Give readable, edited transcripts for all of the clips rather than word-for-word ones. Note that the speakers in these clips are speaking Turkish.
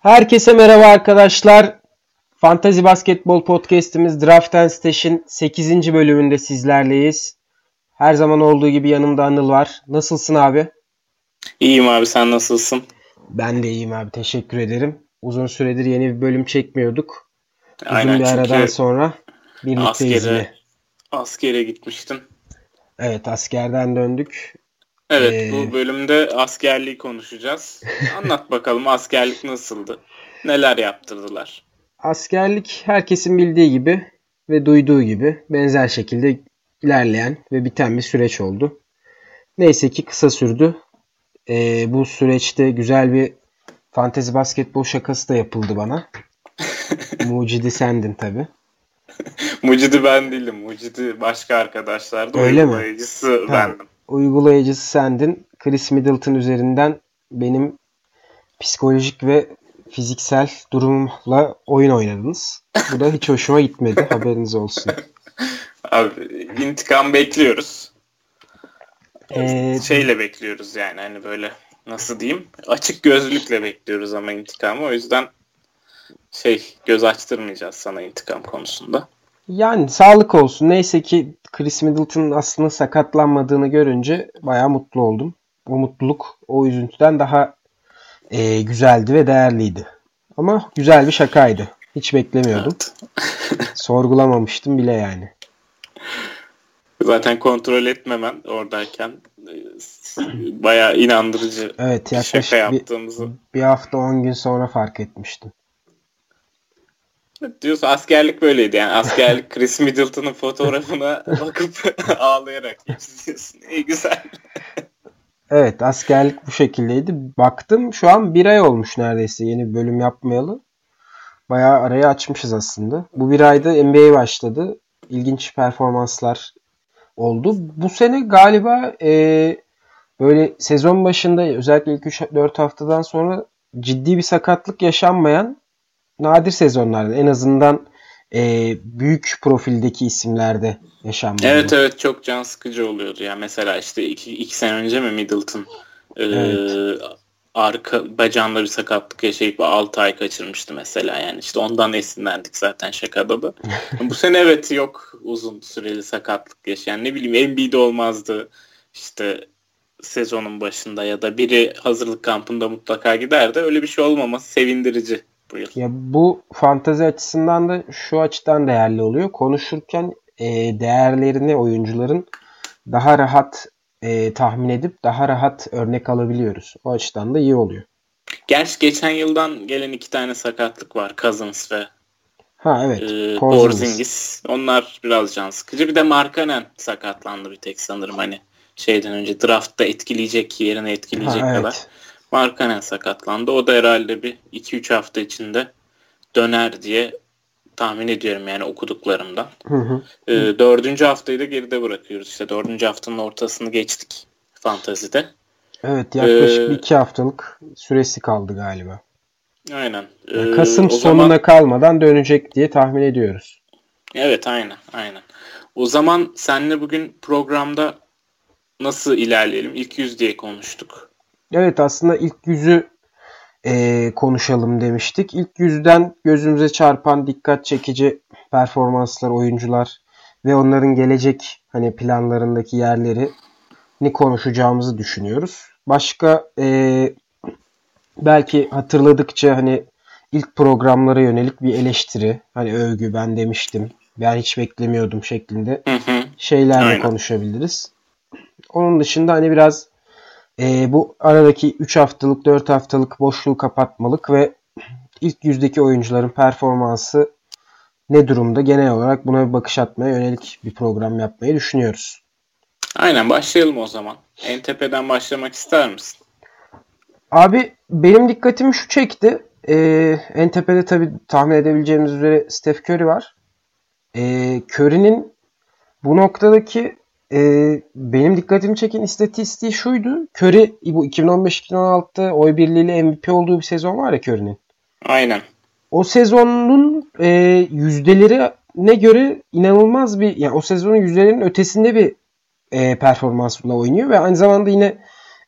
Herkese merhaba arkadaşlar. Fantasy Basketbol Podcast'imiz Draft and Stash'in 8. bölümünde sizlerleyiz. Her zaman olduğu gibi yanımda Anıl var. Nasılsın abi? İyiyim abi, sen nasılsın? Ben de iyiyim abi, teşekkür ederim. Uzun süredir yeni bir bölüm çekmiyorduk. Aynen, Uzun bir aradan sonra birlikteyiz yine. Askere gitmiştin. Evet, askerden döndük. Evet, bu bölümde askerliği konuşacağız. Anlat bakalım, askerlik nasıldı? Neler yaptırdılar? Askerlik herkesin bildiği gibi ve duyduğu gibi benzer şekilde ilerleyen ve biten bir süreç oldu. Neyse ki kısa sürdü. Bu süreçte güzel bir fantezi basketbol şakası da yapıldı bana. Mucidi sendin tabii. Mucidi ben değilim. Mucidi başka arkadaşlardı. Öyle mi? Uygulayıcısı bendim. Uygulayıcısı sendin. Chris Middleton üzerinden benim psikolojik ve fiziksel durumumla oyun oynadınız. Bu da hiç hoşuma gitmedi. Haberiniz olsun. Abi, intikam bekliyoruz. Şeyle bekliyoruz yani, hani böyle nasıl diyeyim, açık gözlükle bekliyoruz ama intikamı, o yüzden göz açtırmayacağız sana intikam konusunda. Yani sağlık olsun. Neyse ki Chris Middleton'ın aslında sakatlanmadığını görünce bayağı mutlu oldum. O mutluluk o üzüntüden daha güzeldi ve değerliydi. Ama güzel bir şakaydı. Hiç beklemiyordum. Evet. Sorgulamamıştım bile yani. Zaten kontrol etmemen oradayken bayağı inandırıcı, evet, şaka yaptığımızı. Bir hafta 10 gün sonra fark etmiştim. Diyorsun, askerlik böyleydi yani. Askerlik Chris Middleton'ın fotoğrafına bakıp ağlayarak izliyorsun. İyi, güzel. Evet, askerlik bu şekildeydi. Baktım şu an 1 ay olmuş neredeyse yeni bir bölüm yapmayalı. Bayağı arayı açmışız aslında. Bu 1 ayda NBA başladı. İlginç performanslar oldu. Bu sene galiba böyle sezon başında özellikle ilk 3-4 haftadan sonra ciddi bir sakatlık yaşanmayan nadir sezonlardan. En azından büyük profildeki isimlerde yaşanmadı. Evet, çok can sıkıcı oluyordu. Yani mesela işte 2 sene önce mi Middleton evet, arka bacağında bir sakatlık yaşayıp 6 ay kaçırmıştı mesela. Yani işte ondan esinlendik zaten şakada da. Bu sene evet, yok uzun süreli sakatlık yaşayan, ne bileyim, Embiid olmazdı işte sezonun başında, ya da biri hazırlık kampında mutlaka giderdi. Öyle bir şey olmaması sevindirici bu yıl. Ya bu fantezi açısından da şu açıdan değerli oluyor. Konuşurken değerlerini oyuncuların daha rahat tahmin edip daha rahat örnek alabiliyoruz. O açıdan da iyi oluyor. Gerçi geçen yıldan gelen 2 tane sakatlık var. Cousins ve evet, Porzingis. Onlar biraz can sıkıcı. Bir de Markkanen sakatlandı bir tek sanırım, hani şeyden önce draftta etkileyecek, yerine etkileyecek kadar. Evet. Markkanen sakatlandı. O da herhalde bir 2-3 hafta içinde döner diye tahmin ediyorum yani, okuduklarımdan. 4. haftayı da geride bırakıyoruz. İşte 4. haftanın ortasını geçtik fantazide. Evet, yaklaşık 2 haftalık süresi kaldı galiba. Aynen. Yani Kasım sonuna kalmadan dönecek diye tahmin ediyoruz. Evet, aynen. O zaman seninle bugün programda nasıl ilerleyelim? İlk 100 diye konuştuk. Evet, aslında ilk 100'ü konuşalım demiştik. İlk 100'den gözümüze çarpan dikkat çekici performanslar, oyuncular ve onların gelecek hani planlarındaki yerlerini konuşacağımızı düşünüyoruz. Başka belki hatırladıkça hani ilk programlara yönelik bir eleştiri, hani övgü, ben demiştim, ben hiç beklemiyordum şeklinde şeylerle konuşabiliriz. Onun dışında hani biraz bu aradaki 3 haftalık 4 haftalık boşluğu kapatmalık ve ilk yüzdeki oyuncuların performansı ne durumda, genel olarak buna bir bakış atmaya yönelik bir program yapmayı düşünüyoruz. Aynen, başlayalım o zaman. En tepeden başlamak ister misin? Abi benim dikkatimi şu çekti. En tepede tabii tahmin edebileceğimiz üzere Steph Curry var. Curry'nin bu noktadaki benim dikkatimi çeken istatistiği şuydu. Curry bu 2015-2016'da oy birliğiyle MVP olduğu bir sezon var ya Curry'nin. Aynen. O sezonun yüzdelerine göre inanılmaz bir, yani o sezonun yüzdelerinin ötesinde bir performansla oynuyor ve aynı zamanda yine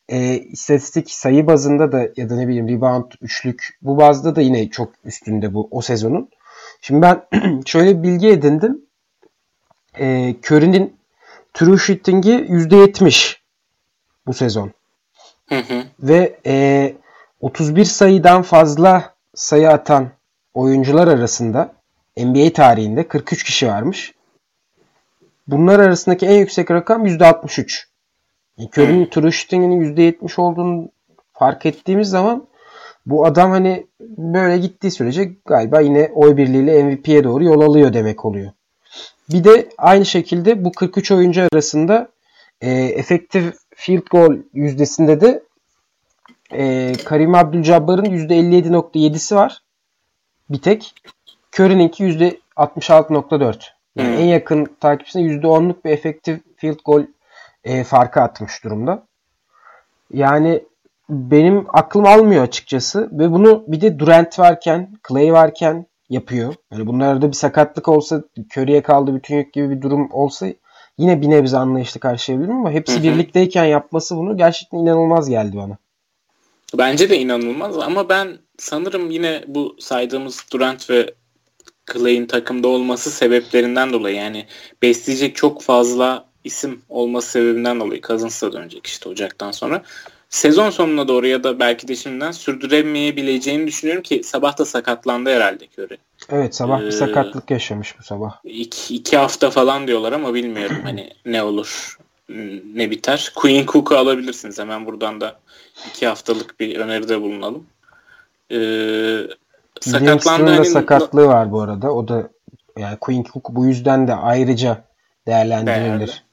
istatistik sayı bazında da ya da ne bileyim rebound, üçlük bu bazda da yine çok üstünde bu o sezonun. Şimdi ben şöyle bir bilgi edindim. Curry'nin true shooting'i %70 bu sezon. Ve 31 sayıdan fazla sayı atan oyuncular arasında NBA tarihinde 43 kişi varmış. Bunlar arasındaki en yüksek rakam %63. Curry'nin true shooting'inin %70 olduğunu fark ettiğimiz zaman bu adam hani böyle gittiği sürece galiba yine oy birliğiyle MVP'ye doğru yol alıyor demek oluyor. Bir de aynı şekilde bu 43 oyuncu arasında effective field goal yüzdesinde de Kareem Abdul-Jabbar'ın %57.7'si var. Bir tek. Curry'ninki %66.4. Yani en yakın takipçisine %10'luk bir effective field goal farkı atmış durumda. Yani benim aklım almıyor açıkçası. Ve bunu bir de Durant varken, Clay varken yapıyor. Yani bunlarda bir sakatlık olsa, Curry'e kaldı bütün yük gibi bir durum olsa yine bir nebze anlayışlı karşılayabilirim ama hepsi birlikteyken yapması bunu gerçekten inanılmaz geldi bana. Bence de inanılmaz ama ben sanırım yine bu saydığımız Durant ve Clay'in takımda olması sebeplerinden dolayı, yani besleyecek çok fazla isim olması sebebinden dolayı, Cousins'a dönecek işte Ocak'tan sonra. Sezon sonuna doğru ya da belki de şimdiden sürdüremeyebileceğini düşünüyorum ki sabah da sakatlandı herhalde Curry. Evet, sabah bir sakatlık yaşamış bu sabah. 2 hafta falan diyorlar ama bilmiyorum hani ne olur ne biter. Quinn Cook'u alabilirsiniz. Hemen buradan da 2 haftalık bir öneride bulunalım. Livingston'un da sakatlığı var bu arada. O da yani Quinn Cook bu yüzden de ayrıca değerlendirilir.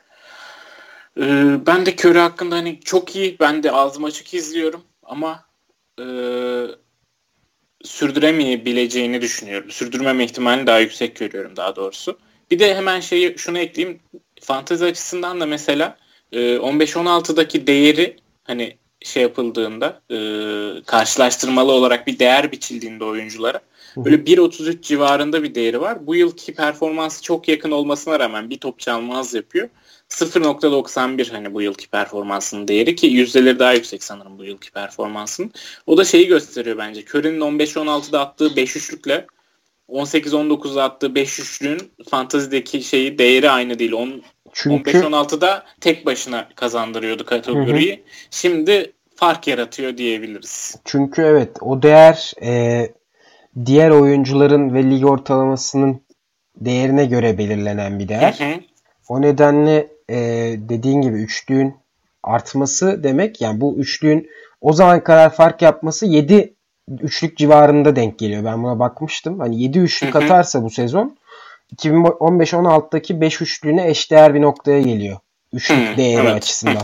Ben de Curry hakkında hani çok iyi. Ben de ağzım açık izliyorum ama sürdüremeyebileceğini düşünüyorum. Sürdürmeme ihtimalini daha yüksek görüyorum daha doğrusu. Bir de hemen şunu ekleyeyim. Fantezi açısından da mesela 15-16'daki değeri hani şey yapıldığında karşılaştırmalı olarak bir değer biçildiğinde oyunculara böyle 1.33 civarında bir değeri var. Bu yılki performansı çok yakın olmasına rağmen bir top çalma az yapıyor. 0.91 hani bu yılki performansının değeri ki yüzdeleri daha yüksek sanırım bu yılki performansının. O da şeyi gösteriyor bence. Curry'nin 15-16'da attığı 5 üçlükle 18-19'da attığı 5 üçlüğün fantezideki şeyi değeri aynı değil. 15-16'da tek başına kazandırıyordu kategoriyi. Şimdi fark yaratıyor diyebiliriz. Çünkü evet o değer diğer oyuncuların ve lig ortalamasının değerine göre belirlenen bir değer. O nedenle dediğin gibi üçlüğün artması demek, yani bu üçlüğün o zaman kadar fark yapması 7 üçlük civarında denk geliyor. Ben buna bakmıştım. Hani 7 üçlük atarsa bu sezon 2015-16'daki 5 üçlüğüne eşdeğer bir noktaya geliyor. Üçlük değeri açısından.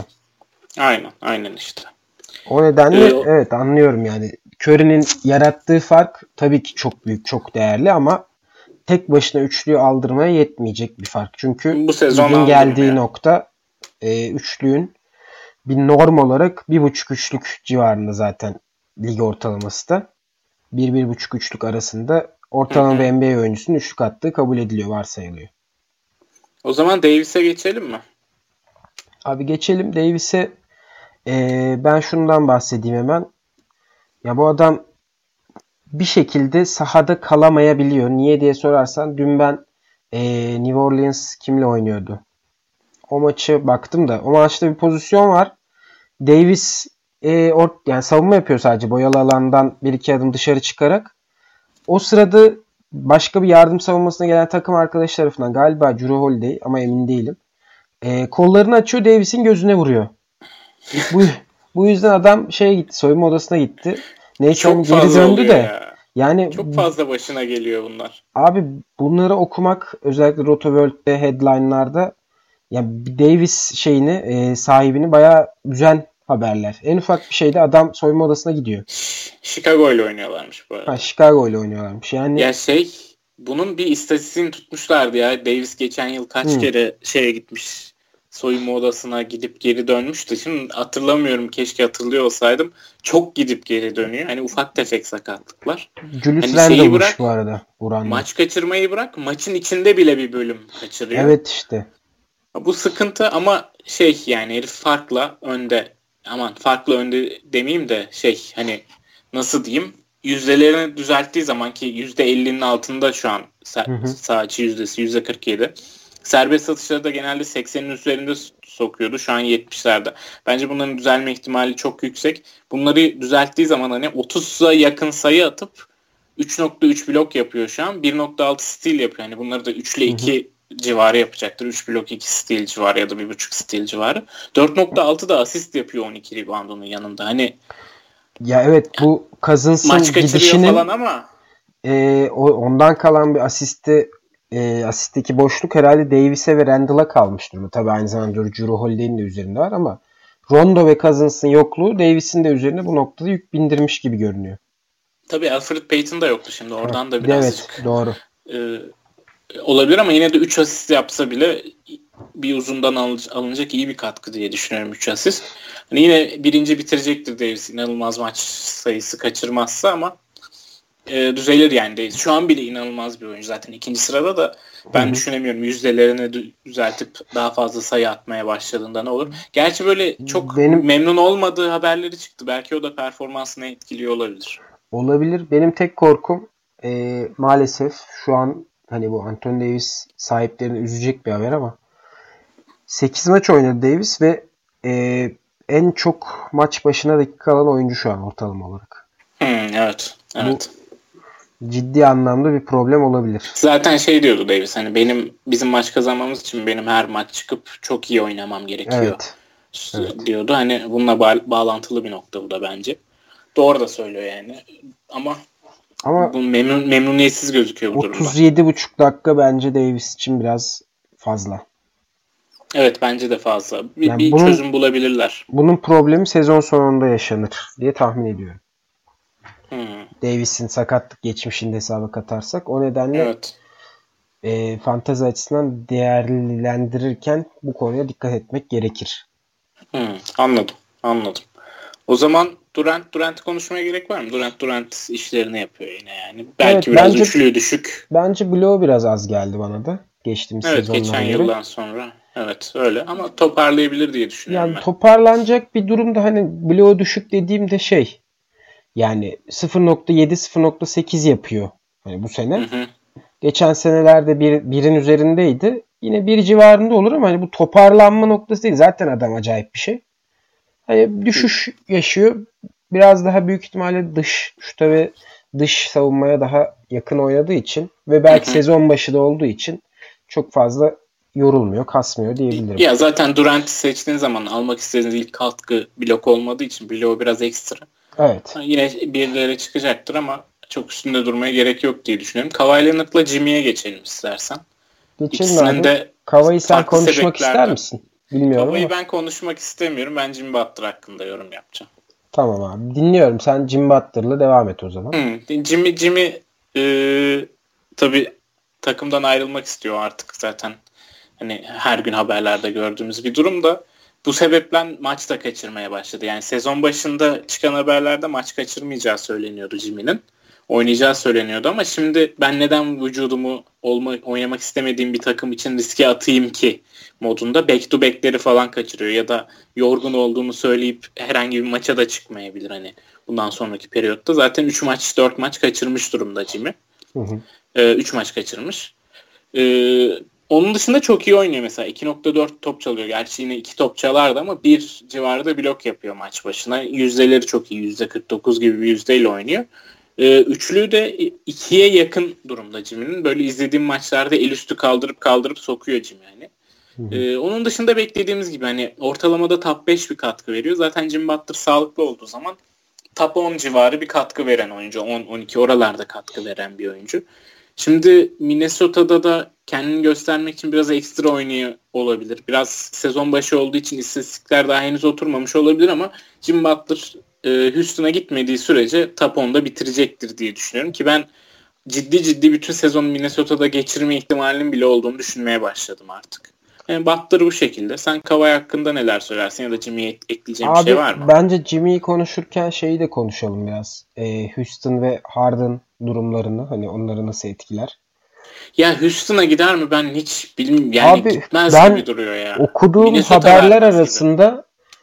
Aynen işte. O nedenle evet anlıyorum yani. Curry'nin yarattığı fark tabii ki çok büyük, çok değerli ama tek başına üçlüyü aldırmaya yetmeyecek bir fark. Çünkü ligin geldiği nokta üçlüğün bir norm olarak 1.5 üçlük civarında zaten lig ortalaması da. 1-1.5 üçlük arasında ortalama bir NBA oyuncusunun üçlük attığı kabul ediliyor, varsayılıyor. O zaman Davis'e geçelim mi? Abi geçelim Davis'e. Ben şundan bahsedeyim hemen. Ya bu adam bir şekilde sahada kalamayabiliyor. Niye diye sorarsan dün ben New Orleans kimle oynuyordu? O maçı baktım da o maçta bir pozisyon var. Davis yani savunma yapıyor sadece boyalı alandan bir iki adım dışarı çıkarak. O sırada başka bir yardım savunmasına gelen takım arkadaş tarafından, galiba Jrue Holiday ama emin değilim, kollarını açıyor, Davis'in gözüne vuruyor. Bu yüzden adam gitti, soyunma odasına gitti. Neyse hani geri döndü de. Ya. Yani çok fazla başına geliyor bunlar. Abi bunları okumak özellikle Rotoworld'de headline'larda yani Davis sahibini bayağı üzen haberler. En ufak bir şeyde adam soyunma odasına gidiyor. Chicago ile oynuyorlarmış bu arada. Chicago ile oynuyorlarmış. Yani ya bunun bir istatistiğini tutmuşlardı ya. Davis geçen yıl kaç kere gitmiş. Soyunma odasına gidip geri dönmüştü. Şimdi hatırlamıyorum. Keşke hatırlıyor olsaydım. Çok gidip geri dönüyor. Hani ufak tefek sakatlıklar. Julius Randle'mış bu arada. Maç kaçırmayı bırak. Maçın içinde bile bir bölüm kaçırıyor. Evet işte. Bu sıkıntı ama yani herif farkla önde aman farklı önde demeyeyim de hani nasıl diyeyim, yüzdelerini düzelttiği zaman ki %50'nin altında şu an sağ içi yüzdesi %47. Serbest atışları da genelde 80'in üzerinde sokuyordu. Şu an 70'lerde. Bence bunların düzelme ihtimali çok yüksek. Bunları düzelttiği zaman hani 30'a yakın sayı atıp 3.3 blok yapıyor şu an. 1.6 steal yapıyor. Yani bunları da 3 ile 2 civarı yapacaktır. 3 blok 2 steal civarı ya da 1.5 steal civarı. 4.6 da asist yapıyor 12 reboundunun yanında. Hani ya evet, bu Cousins'ın maç kaçırıyor gidişinin falan ama ondan kalan bir asistteki boşluk herhalde Davis'e ve Randall'a kalmış durumda. Tabii aynı zamanda Jrue Holiday'in de üzerinde var ama Rondo ve Cousins'ın yokluğu Davis'in de üzerine bu noktada yük bindirmiş gibi görünüyor. tabii Alfred Payton da yoktu şimdi. Oradan da birazcık evet, doğru. Olabilir ama yine de 3 asist yapsa bile bir uzundan alınacak iyi bir katkı diye düşünüyorum 3 asist. Hani yine birinci bitirecektir Davis. İnanılmaz maç sayısı kaçırmazsa ama düzelir yani Davis. Şu an bile inanılmaz bir oyuncu. Zaten ikinci sırada da ben düşünemiyorum yüzdelerini düzeltip daha fazla sayı atmaya başladığında ne olur. Gerçi böyle çok memnun olmadığı haberleri çıktı. Belki o da performansını etkiliyor olabilir. Olabilir. Benim tek korkum maalesef şu an hani bu Anthony Davis sahiplerini üzecek bir haber ama 8 maç oynadı Davis ve en çok maç başına dakika alan oyuncu şu an ortalama olarak. Evet. Bu ciddi anlamda bir problem olabilir. Zaten diyordu Davis, hani bizim maç kazanmamız için benim her maç çıkıp çok iyi oynamam gerekiyor. Evet. Diyordu. Hani bununla bağlantılı bir nokta bu da bence. Doğru da söylüyor yani. Ama bu memnuniyetsiz gözüküyor bu durumda. 37,5 dakika bence Davis için biraz fazla. Evet, bence de fazla. Bir çözüm bulabilirler. Bunun problemi sezon sonunda yaşanır diye tahmin ediyorum. Davis'in sakatlık geçmişini hesaba katarsak. O nedenle fantezi açısından değerlendirirken bu konuya dikkat etmek gerekir. Anladım. O zaman Durant konuşmaya gerek var mı? Durant işlerini yapıyor yine yani. Belki biraz üçlüğü düşük. Bence bloğu biraz az geldi bana da. Geçtiğimiz sezonlara göre. Evet, geçen yıldan sonra. Evet, öyle ama toparlayabilir diye düşünüyorum ben. Toparlanacak bir durumda hani bloğu düşük dediğimde yani 0.7-0.8 yapıyor. Hani bu sene. Geçen senelerde birin üzerindeydi. Yine bir civarında olur ama hani bu toparlanma noktası değil. Zaten adam acayip bir şey. Hani düşüş yaşıyor. Biraz daha büyük ihtimalle dış şuta ve dış savunmaya daha yakın oynadığı için ve belki sezon başı da olduğu için çok fazla yorulmuyor, kasmıyor diyebilirim. Ya zaten Durant'i seçtiğin zaman almak istediğiniz ilk katkı blok olmadığı için bloğu biraz ekstra. Evet. Yine birileri çıkacaktır ama çok üstünde durmaya gerek yok diye düşünüyorum. Kawhi Leonard'la Jimmy'ye geçelim istersen. Geçelim abi. Kawhi'yi sen konuşmak ister misin? Bilmiyorum Kawhi'yi ben konuşmak istemiyorum. Ben Jimmy Butler hakkında yorum yapacağım. Tamam abi. Dinliyorum. Sen Jimmy Butler'la devam et o zaman. Jimmy tabii takımdan ayrılmak istiyor artık zaten. Hani her gün haberlerde gördüğümüz bir durum da bu sebeple maç da kaçırmaya başladı. Yani sezon başında çıkan haberlerde maç kaçırmayacağı söyleniyordu Jimmy'nin. Oynayacağı söyleniyordu ama şimdi ben neden vücudumu oynamak istemediğim bir takım için riske atayım ki modunda back to back'leri falan kaçırıyor ya da yorgun olduğunu söyleyip herhangi bir maça da çıkmayabilir hani bundan sonraki periyotta. Zaten 3 maç 4 maç kaçırmış durumda Jimmy. 3 maç kaçırmış. Onun dışında çok iyi oynuyor mesela. 2.4 top çalıyor. Gerçi yine 2 top çalardı ama 1 civarında blok yapıyor maç başına. Yüzdeleri çok iyi. %49 gibi bir yüzdeyle oynuyor. Üçlüğü de 2'ye yakın durumda Jimmy'nin. Böyle izlediğim maçlarda el üstü kaldırıp sokuyor Jimmy yani. Onun dışında beklediğimiz gibi hani ortalamada top 5 bir katkı veriyor. Zaten Jimmy Butler sağlıklı olduğu zaman top 10 civarı bir katkı veren oyuncu. 10-12 oralarda katkı veren bir oyuncu. Şimdi Minnesota'da da kendini göstermek için biraz ekstra oynuyor olabilir. Biraz sezon başı olduğu için istatistikler daha henüz oturmamış olabilir ama Jimmy Butler Houston'a gitmediği sürece top 10'da bitirecektir diye düşünüyorum ki ben ciddi bütün sezonu Minnesota'da geçirme ihtimalinin bile olduğunu düşünmeye başladım artık. Yani Butler bu şekilde. Sen Kawhi hakkında neler söylersin ya da Jimmy'ye ekleyeceğin bir şey var mı? Bence Jimmy'yi konuşurken şeyi de konuşalım biraz. Houston ve Harden durumlarını hani onları nasıl etkiler? Ya Houston'a gider mi ben hiç bilmiyorum. Yani gitmez gibi duruyor ya. Okuduğum haberler arasında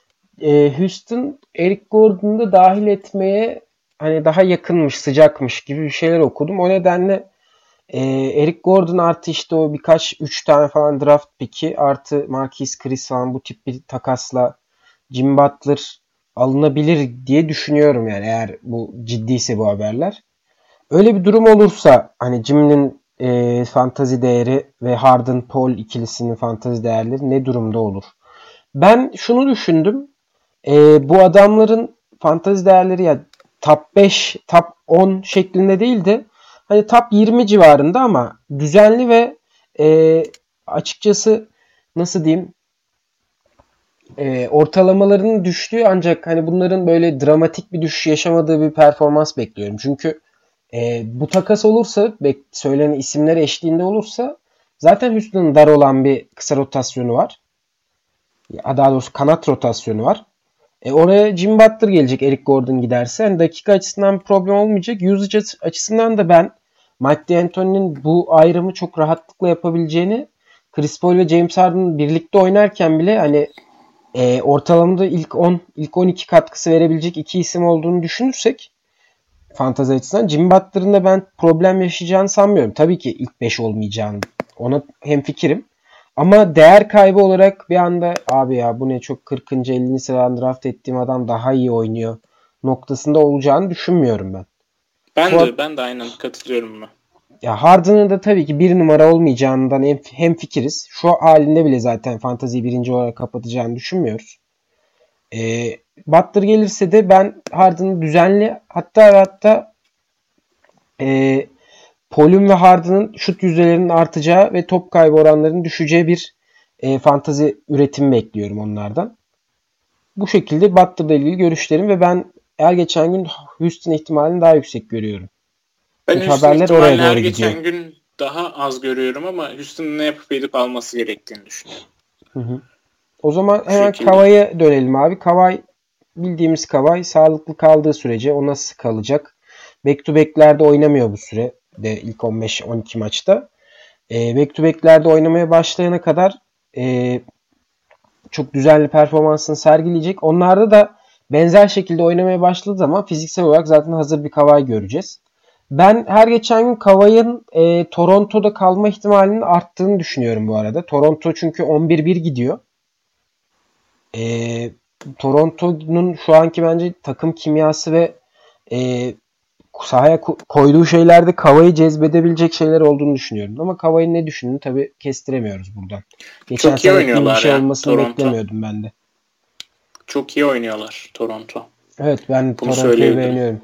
Houston Eric Gordon'u da dahil etmeye hani daha yakınmış, sıcakmış gibi bir şeyler okudum. O nedenle Eric Gordon artı işte o birkaç 3 tane falan draft pick'i artı Marquise Chris falan bu tip bir takasla Jimmy Butler alınabilir diye düşünüyorum yani eğer bu ciddiyse bu haberler. Öyle bir durum olursa hani Jimmy'nin fantazi değeri ve Harden Paul ikilisinin fantazi değerleri ne durumda olur? Ben şunu düşündüm. Bu adamların fantazi değerleri ya top 5, top 10 şeklinde değil de hani top 20 civarında ama düzenli ve açıkçası nasıl diyeyim ortalamalarının düştüğü ancak hani bunların böyle dramatik bir düşüş yaşamadığı bir performans bekliyorum. Çünkü bu takas olursa söylenen isimler eşliğinde olursa zaten Houston'ın dar olan bir kısa rotasyonu var. Daha doğrusu kanat rotasyonu var. Oraya Jim Butler gelecek Eric Gordon giderse. Yani dakika açısından bir problem olmayacak. Usage açısından da ben Mike D'Antoni'nin bu ayrımı çok rahatlıkla yapabileceğini Chris Paul ve James Harden birlikte oynarken bile hani ortalamada ilk 10, ilk 12 katkısı verebilecek iki isim olduğunu düşünürsek fantezi açısından Jimmy Butler'ın da ben problem yaşayacağını sanmıyorum. Tabii ki ilk 5 olmayacağını ona hemfikirim. Ama değer kaybı olarak bir anda abi ya bu ne çok 40. 50. sıradan draft ettiğim adam daha iyi oynuyor noktasında olacağını düşünmüyorum ben. Ben de aynen katılıyorum buna. Ya Harden'ın da tabii ki bir numara olmayacağından hemfikiriz. Şu halinde bile zaten fantaziyi birinci olarak kapatacağını düşünmüyoruz. Butler gelirse de ben Harden'ın düzenli hatta Paul'un ve Harden'ın şut yüzdelerinin artacağı ve top kaybı oranlarının düşeceği bir fantazi üretimi bekliyorum onlardan. Bu şekilde Butler'la ilgili görüşlerim ve ben her geçen gün Houston ihtimalini daha yüksek görüyorum. Ben çünkü Houston haberler oraya her doğru geçen gidiyor. gün daha az görüyorum ama Houston'ın ne yapıp edip alması gerektiğini düşünüyorum. Hı. O zaman Bu hemen şekilde. Kawhi'ye dönelim abi. Kawhi bildiğimiz Kawhi sağlıklı kaldığı sürece o nasıl kalacak? Back to back'lerde oynamıyor bu süre de ilk 15-12 maçta. Back to back'lerde oynamaya başlayana kadar çok düzenli performansını sergileyecek. Onlarda da benzer şekilde oynamaya başladığı zaman fiziksel olarak zaten hazır bir Kawhi göreceğiz. Ben her geçen gün Kawhi'nin Toronto'da kalma ihtimalinin arttığını düşünüyorum bu arada. Toronto çünkü 11-1 gidiyor. Toronto'nun şu anki bence takım kimyası ve sahaya koyduğu şeylerde Kawhi'yi cezbedebilecek şeyler olduğunu düşünüyorum. Ama Kawhi'nin ne düşündüğünü tabii kestiremiyoruz buradan. Geçen Çok iyi sene gibi bir oynuyorlar şey ya olmasını Toronto. beklemiyordum ben de. Çok iyi oynuyorlar Toronto. Evet ben Bunu Toronto'yu söyleyebilirim. beğeniyorum.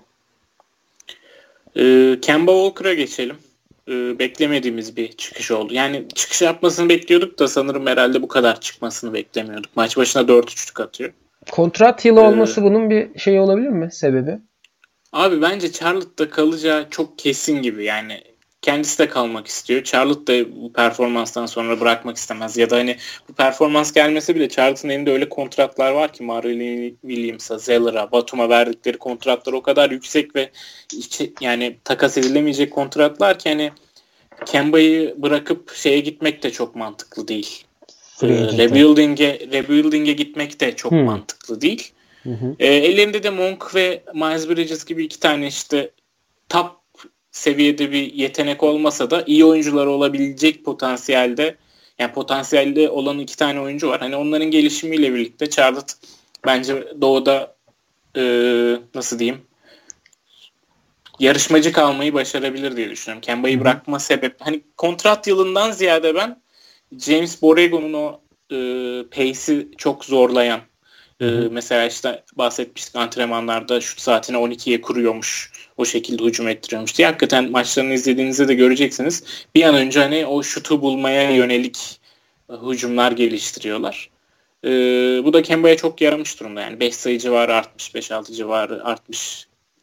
Kemba Walker'a geçelim. Beklemediğimiz bir çıkış oldu. Yani çıkış yapmasını bekliyorduk da sanırım herhalde bu kadar çıkmasını beklemiyorduk. Maç başına 4-3'lük atıyor. Kontrat yılı olması bunun bir şey olabilir mi? Sebebi? Abi bence Charlotte'da kalacağı çok kesin gibi. Yani kendisi de kalmak istiyor. Charlotte da bu performanstan sonra bırakmak istemez. Ya da hani bu performans gelmese bile Charlotte'ın elinde öyle kontratlar var ki Marlon Williams'a, Zeller'a, Batum'a verdikleri kontratlar o kadar yüksek ve yani takas edilemeyecek kontratlar ki hani Kemba'yı bırakıp şeye gitmek de çok mantıklı değil. Rebuilding'e gitmek de çok mantıklı değil. Ellerinde de Monk ve Miles Bridges gibi iki tane işte top seviyede bir yetenek olmasa da iyi oyuncular olabilecek potansiyelde, yani potansiyelde olan iki tane oyuncu var. Hani onların gelişimiyle birlikte Charlotte bence doğuda nasıl diyeyim yarışmacı kalmayı başarabilir diye düşünüyorum. Kemba'yı bırakma sebep hani kontrat yılından ziyade ben James Borrego'nun o pace'i çok zorlayan mesela işte bahsetmiştik antrenmanlarda şut saatini 12'ye kuruyormuş. O şekilde hücum ettiriyormuş diye. Hakikaten maçlarını izlediğinizde de göreceksiniz. Bir an önce hani o şutu bulmaya yönelik hücumlar geliştiriyorlar. Bu da Kemba'ya çok yaramış durumda. Yani 5 sayı civarı artmış, 5-6 civarı artmış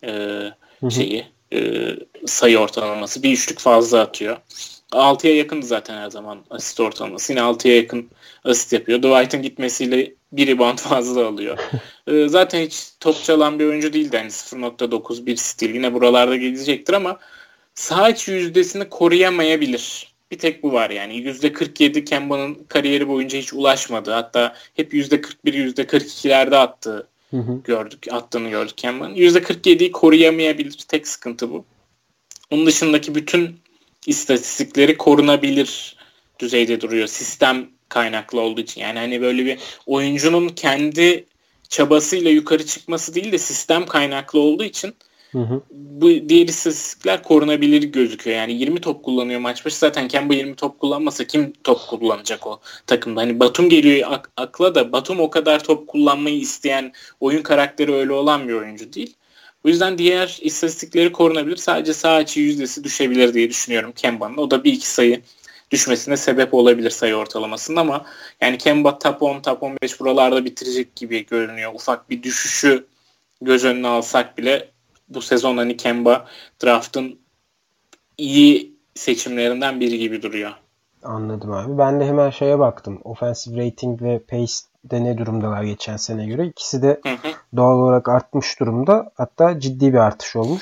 sayı ortalaması. Bir üçlük fazla atıyor. 6'ya yakındı zaten her zaman asist ortalaması. Yine 6'ya yakın asist yapıyor. Dwight'ın gitmesiyle bir rebound fazla alıyor. Zaten hiç top çalan bir oyuncu değildi. Yani 0.9 bir stil. Yine buralarda gelecektir ama saha içi yüzdesini koruyamayabilir. Bir tek bu var yani. %47 Kemba'nın kariyeri boyunca hiç ulaşmadı. Hatta hep %41, %42'lerde attığını gördük Kemba'nın. %47'yi koruyamayabilir. Tek sıkıntı bu. Onun dışındaki bütün istatistikleri korunabilir düzeyde duruyor. Sistem kaynaklı olduğu için. Yani hani böyle bir oyuncunun kendi çabasıyla yukarı çıkması değil de sistem kaynaklı olduğu için bu diğer istatistikler korunabilir gözüküyor. Yani 20 top kullanıyor maç başı. Zaten Kemba 20 top kullanmasa kim top kullanacak o takımda? Hani Batum geliyor akla da Batum o kadar top kullanmayı isteyen, oyun karakteri öyle olan bir oyuncu değil. O yüzden diğer istatistikleri korunabilir. Sadece sağ içi yüzdesi düşebilir diye düşünüyorum Kemba'nın. O da bir iki sayı düşmesine sebep olabilir sayı ortalamasında ama yani Kemba top 10, top 15 buralarda bitirecek gibi görünüyor. Ufak bir düşüşü göz önüne alsak bile bu sezon hani Kemba draft'ın iyi seçimlerinden biri gibi duruyor. Anladım abi. Ben de hemen şeye baktım. Offensive rating ve pace'de ne durumdalar geçen sene göre. İkisi de doğal olarak artmış durumda. Hatta ciddi bir artış olmuş.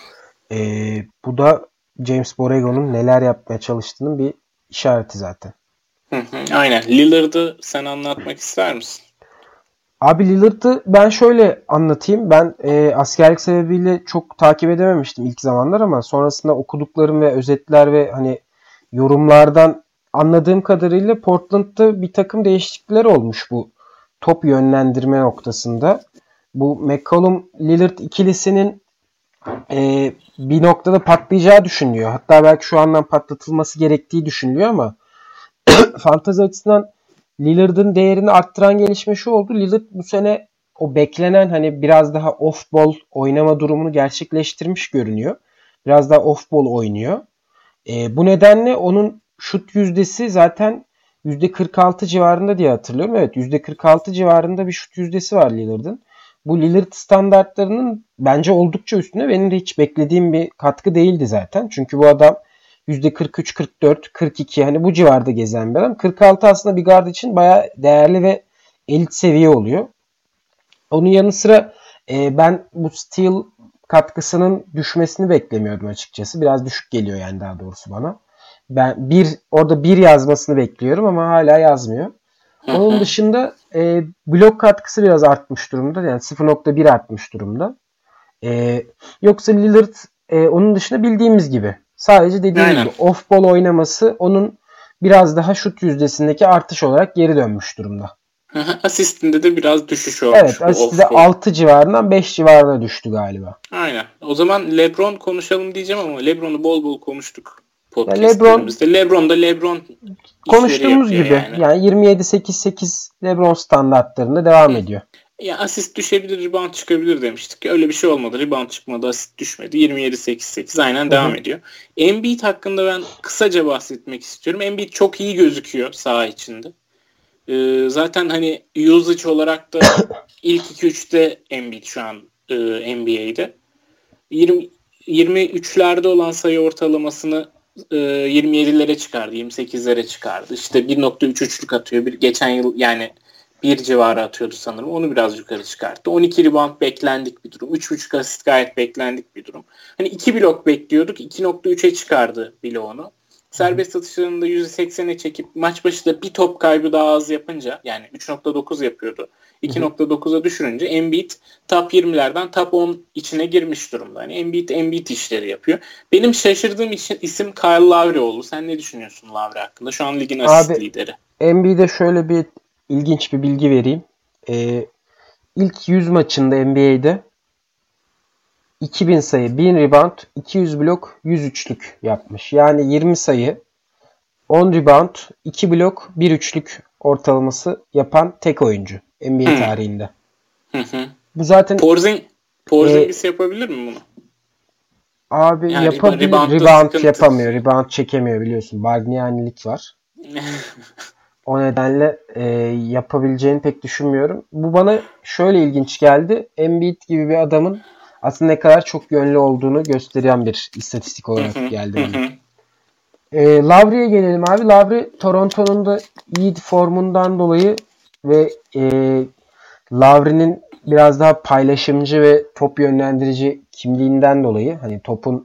Bu da James Borrego'nun neler yapmaya çalıştığının bir işareti zaten. Aynen. Lillard'ı sen anlatmak ister misin? Abi Lillard'ı ben şöyle anlatayım. Ben askerlik sebebiyle çok takip edememiştim ilk zamanlar ama sonrasında okuduklarım ve özetler ve hani yorumlardan anladığım kadarıyla Portland'da bir takım değişiklikler olmuş bu top yönlendirme noktasında. Bu McCollum-Lillard ikilisinin bir noktada patlayacağı düşünülüyor. Hatta belki şu andan patlatılması gerektiği düşünülüyor ama fantezi açısından Lillard'ın değerini arttıran gelişme şu oldu. Lillard bu sene o beklenen hani biraz daha off-ball oynama durumunu gerçekleştirmiş görünüyor. Biraz daha off-ball oynuyor. Bu nedenle onun şut yüzdesi zaten %46 civarında diye hatırlıyorum. Evet, %46 civarında bir şut yüzdesi var Lillard'ın. Bu Lillard standartlarının bence oldukça üstünde. Benim de hiç beklediğim bir katkı değildi zaten. Çünkü bu adam %43, 44, 42 hani bu civarda gezen bir adam. 46 aslında bir guard için bayağı değerli ve elit seviye oluyor. Onun yanı sıra ben bu steal katkısının düşmesini beklemiyordum açıkçası. Biraz düşük geliyor yani daha doğrusu bana. Ben orada bir yazmasını bekliyorum ama hala yazmıyor. Onun dışında blok katkısı biraz artmış durumda. Yani 0.1 artmış durumda. Yoksa Lillard onun dışında bildiğimiz gibi. Sadece dediğim gibi off-ball oynaması onun biraz daha şut yüzdesindeki artış olarak geri dönmüş durumda. Asistinde de biraz düşüş olmuş. Evet, asistinde 6 civarından 5 civarına düştü galiba. Aynen. O zaman LeBron konuşalım diyeceğim ama LeBron'u bol bol konuştuk podcastlerimizde. LeBron konuştuğumuz gibi yani 27-8-8 LeBron standartlarında devam ediyor. Ya asist düşebilir, rebound çıkabilir demiştik. Öyle bir şey olmadı. Rebound çıkmadı, asist düşmedi. 27-8-8 aynen devam ediyor. Embiid hakkında ben kısaca bahsetmek istiyorum. Embiid çok iyi gözüküyor saha içinde. Zaten hani usage olarak da ilk 2-3'te Embiid şu an NBA'de. 23'lerde olan sayı ortalamasını 27'lere çıkardı, 28'lere çıkardı. İşte 1.33'lük atıyor. Geçen yıl yani 1 civarı atıyordu sanırım. Onu biraz yukarı çıkarttı. 12 rebound beklendik bir durum. 3.5 asist gayet beklendik bir durum. Hani 2 blok bekliyorduk. 2.3'e çıkardı bloğunu. Serbest atışlarını da %80'e çekip maç başı da bir top kaybı daha az yapınca yani 3.9 yapıyordu. 2.9'a düşürünce Embiid top 20'lerden top 10 içine girmiş durumda. Yani Embiid işleri yapıyor. Benim şaşırdığım isim Kyle Lowry oldu. Sen ne düşünüyorsun Lowry hakkında? Şu an ligin asist lideri. Embiid'e şöyle bir ilginç bir bilgi vereyim. İlk 100 maçında NBA'de 2000 sayı, 1000 rebound, 200 blok, 103'lük yapmış. Yani 20 sayı, 10 rebound, 2 blok, 1 üçlük ortalaması yapan tek oyuncu NBA tarihinde. Bu zaten Porzingis yapabilir mi bunu? Abi yani yapabilir. Rebound yapamıyor. Rebound çekemiyor biliyorsun. Bargnani'lik var. O nedenle yapabileceğini pek düşünmüyorum. Bu bana şöyle ilginç geldi. Embiid gibi bir adamın aslında ne kadar çok yönlü olduğunu gösteren bir istatistik olarak geldi bana. Lowry'e gelelim abi. Lowry Toronto'nun da iyi formundan dolayı ve Lowry'nin biraz daha paylaşımcı ve top yönlendirici kimliğinden dolayı hani topun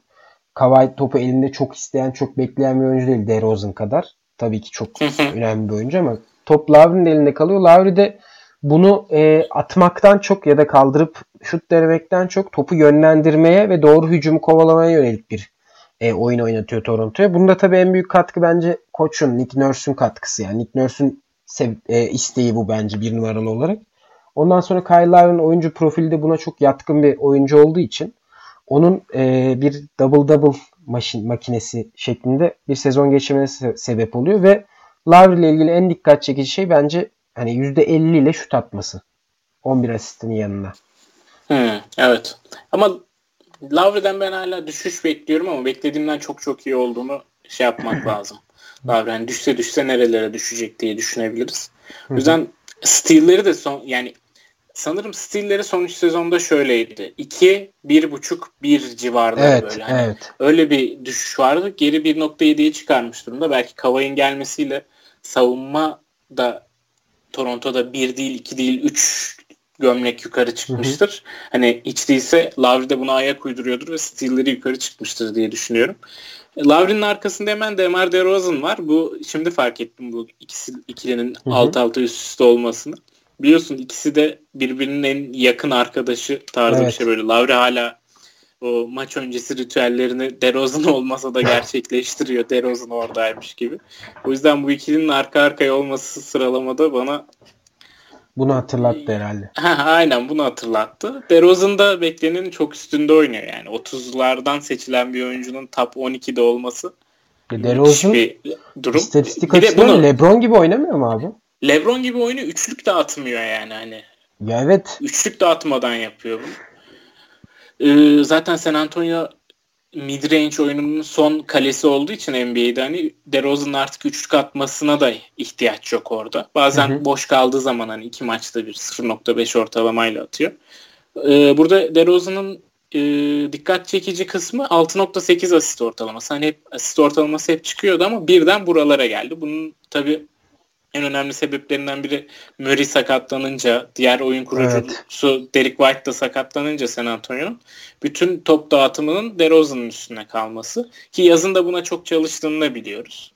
Kawhi topu elinde çok isteyen, çok bekleyen bir oyuncu değil DeRozan kadar. Tabii ki çok önemli bir oyuncu ama top Lowry'nin elinde kalıyor. Lowry de bunu atmaktan çok ya da kaldırıp şut denemekten çok topu yönlendirmeye ve doğru hücumu kovalamaya yönelik bir oyun oynatıyor Toronto'ya. Bunda tabii en büyük katkı bence koçun, Nick Nurse'un katkısı. Yani Nick Nurse'un isteği bu bence bir numaralı olarak. Ondan sonra Kyle Lowry'nin oyuncu profili de buna çok yatkın bir oyuncu olduğu için onun bir double makinesi şeklinde bir sezon geçirmesine sebep oluyor ve Lowry ile ilgili en dikkat çekici şey bence hani %50 ile şut atması. 11 asistinin yanına. Evet. Ama Lowry'den ben hala düşüş bekliyorum ama beklediğimden çok çok iyi olduğunu şey yapmak lazım. Lowry yani düşse nerelere düşecek diye düşünebiliriz. O yüzden steal'leri de yani sanırım steal'leri son 3 sezonda şöyleydi. 2, 1.5, 1 civarları böyle. Hani öyle bir düşüş vardı. Geri 1.7'ye çıkarmış durumda. Belki Kawhi'nin gelmesiyle savunma da Toronto'da 1 değil, 2 değil, 3 gömlek yukarı çıkmıştır. Hani hiç değilse Lowry de buna ayak uyduruyordur ve steal'leri yukarı çıkmıştır diye düşünüyorum. Lowry'nin arkasında hemen DeMar DeRozan var. Bu şimdi fark ettim bu ikilinin alt alta üst üste olmasını. Biliyorsun ikisi de birbirinin en yakın arkadaşı tarzı bir şey böyle. Lowry hala o maç öncesi ritüellerini DeRozan olmasa da gerçekleştiriyor. DeRozan oradaymış gibi. O yüzden bu ikilinin arka arkaya olması sıralamada bana bunu hatırlattı herhalde. Aynen bunu hatırlattı. DeRozan da beklenenin çok üstünde oynuyor yani. 30'lardan seçilen bir oyuncunun top 12'de olması DeRozan bir durum. İstatistik açısından LeBron gibi oynamıyor mu abi? LeBron gibi oyunu üçlük de atmıyor yani hani. Ya evet. Üçlük de atmadan yapıyor bunu. Zaten San Antonio mid-range oyununun son kalesi olduğu için NBA'de hani DeRozan'ın artık üçlük atmasına da ihtiyaç yok orada. Bazen boş kaldığı zaman hani 2 maçta bir 0.5 ortalamayla atıyor. Burada DeRozan'ın dikkat çekici kısmı 6.8 asist ortalaması. Hani hep asist ortalaması hep çıkıyordu ama birden buralara geldi. Bunun tabii en önemli sebeplerinden biri Murray sakatlanınca, diğer oyun kurucusu Derek White da sakatlanınca San Antonio'nun bütün top dağıtımının DeRozan'ın üstüne kalması. Ki yazın da buna çok çalıştığını da biliyoruz.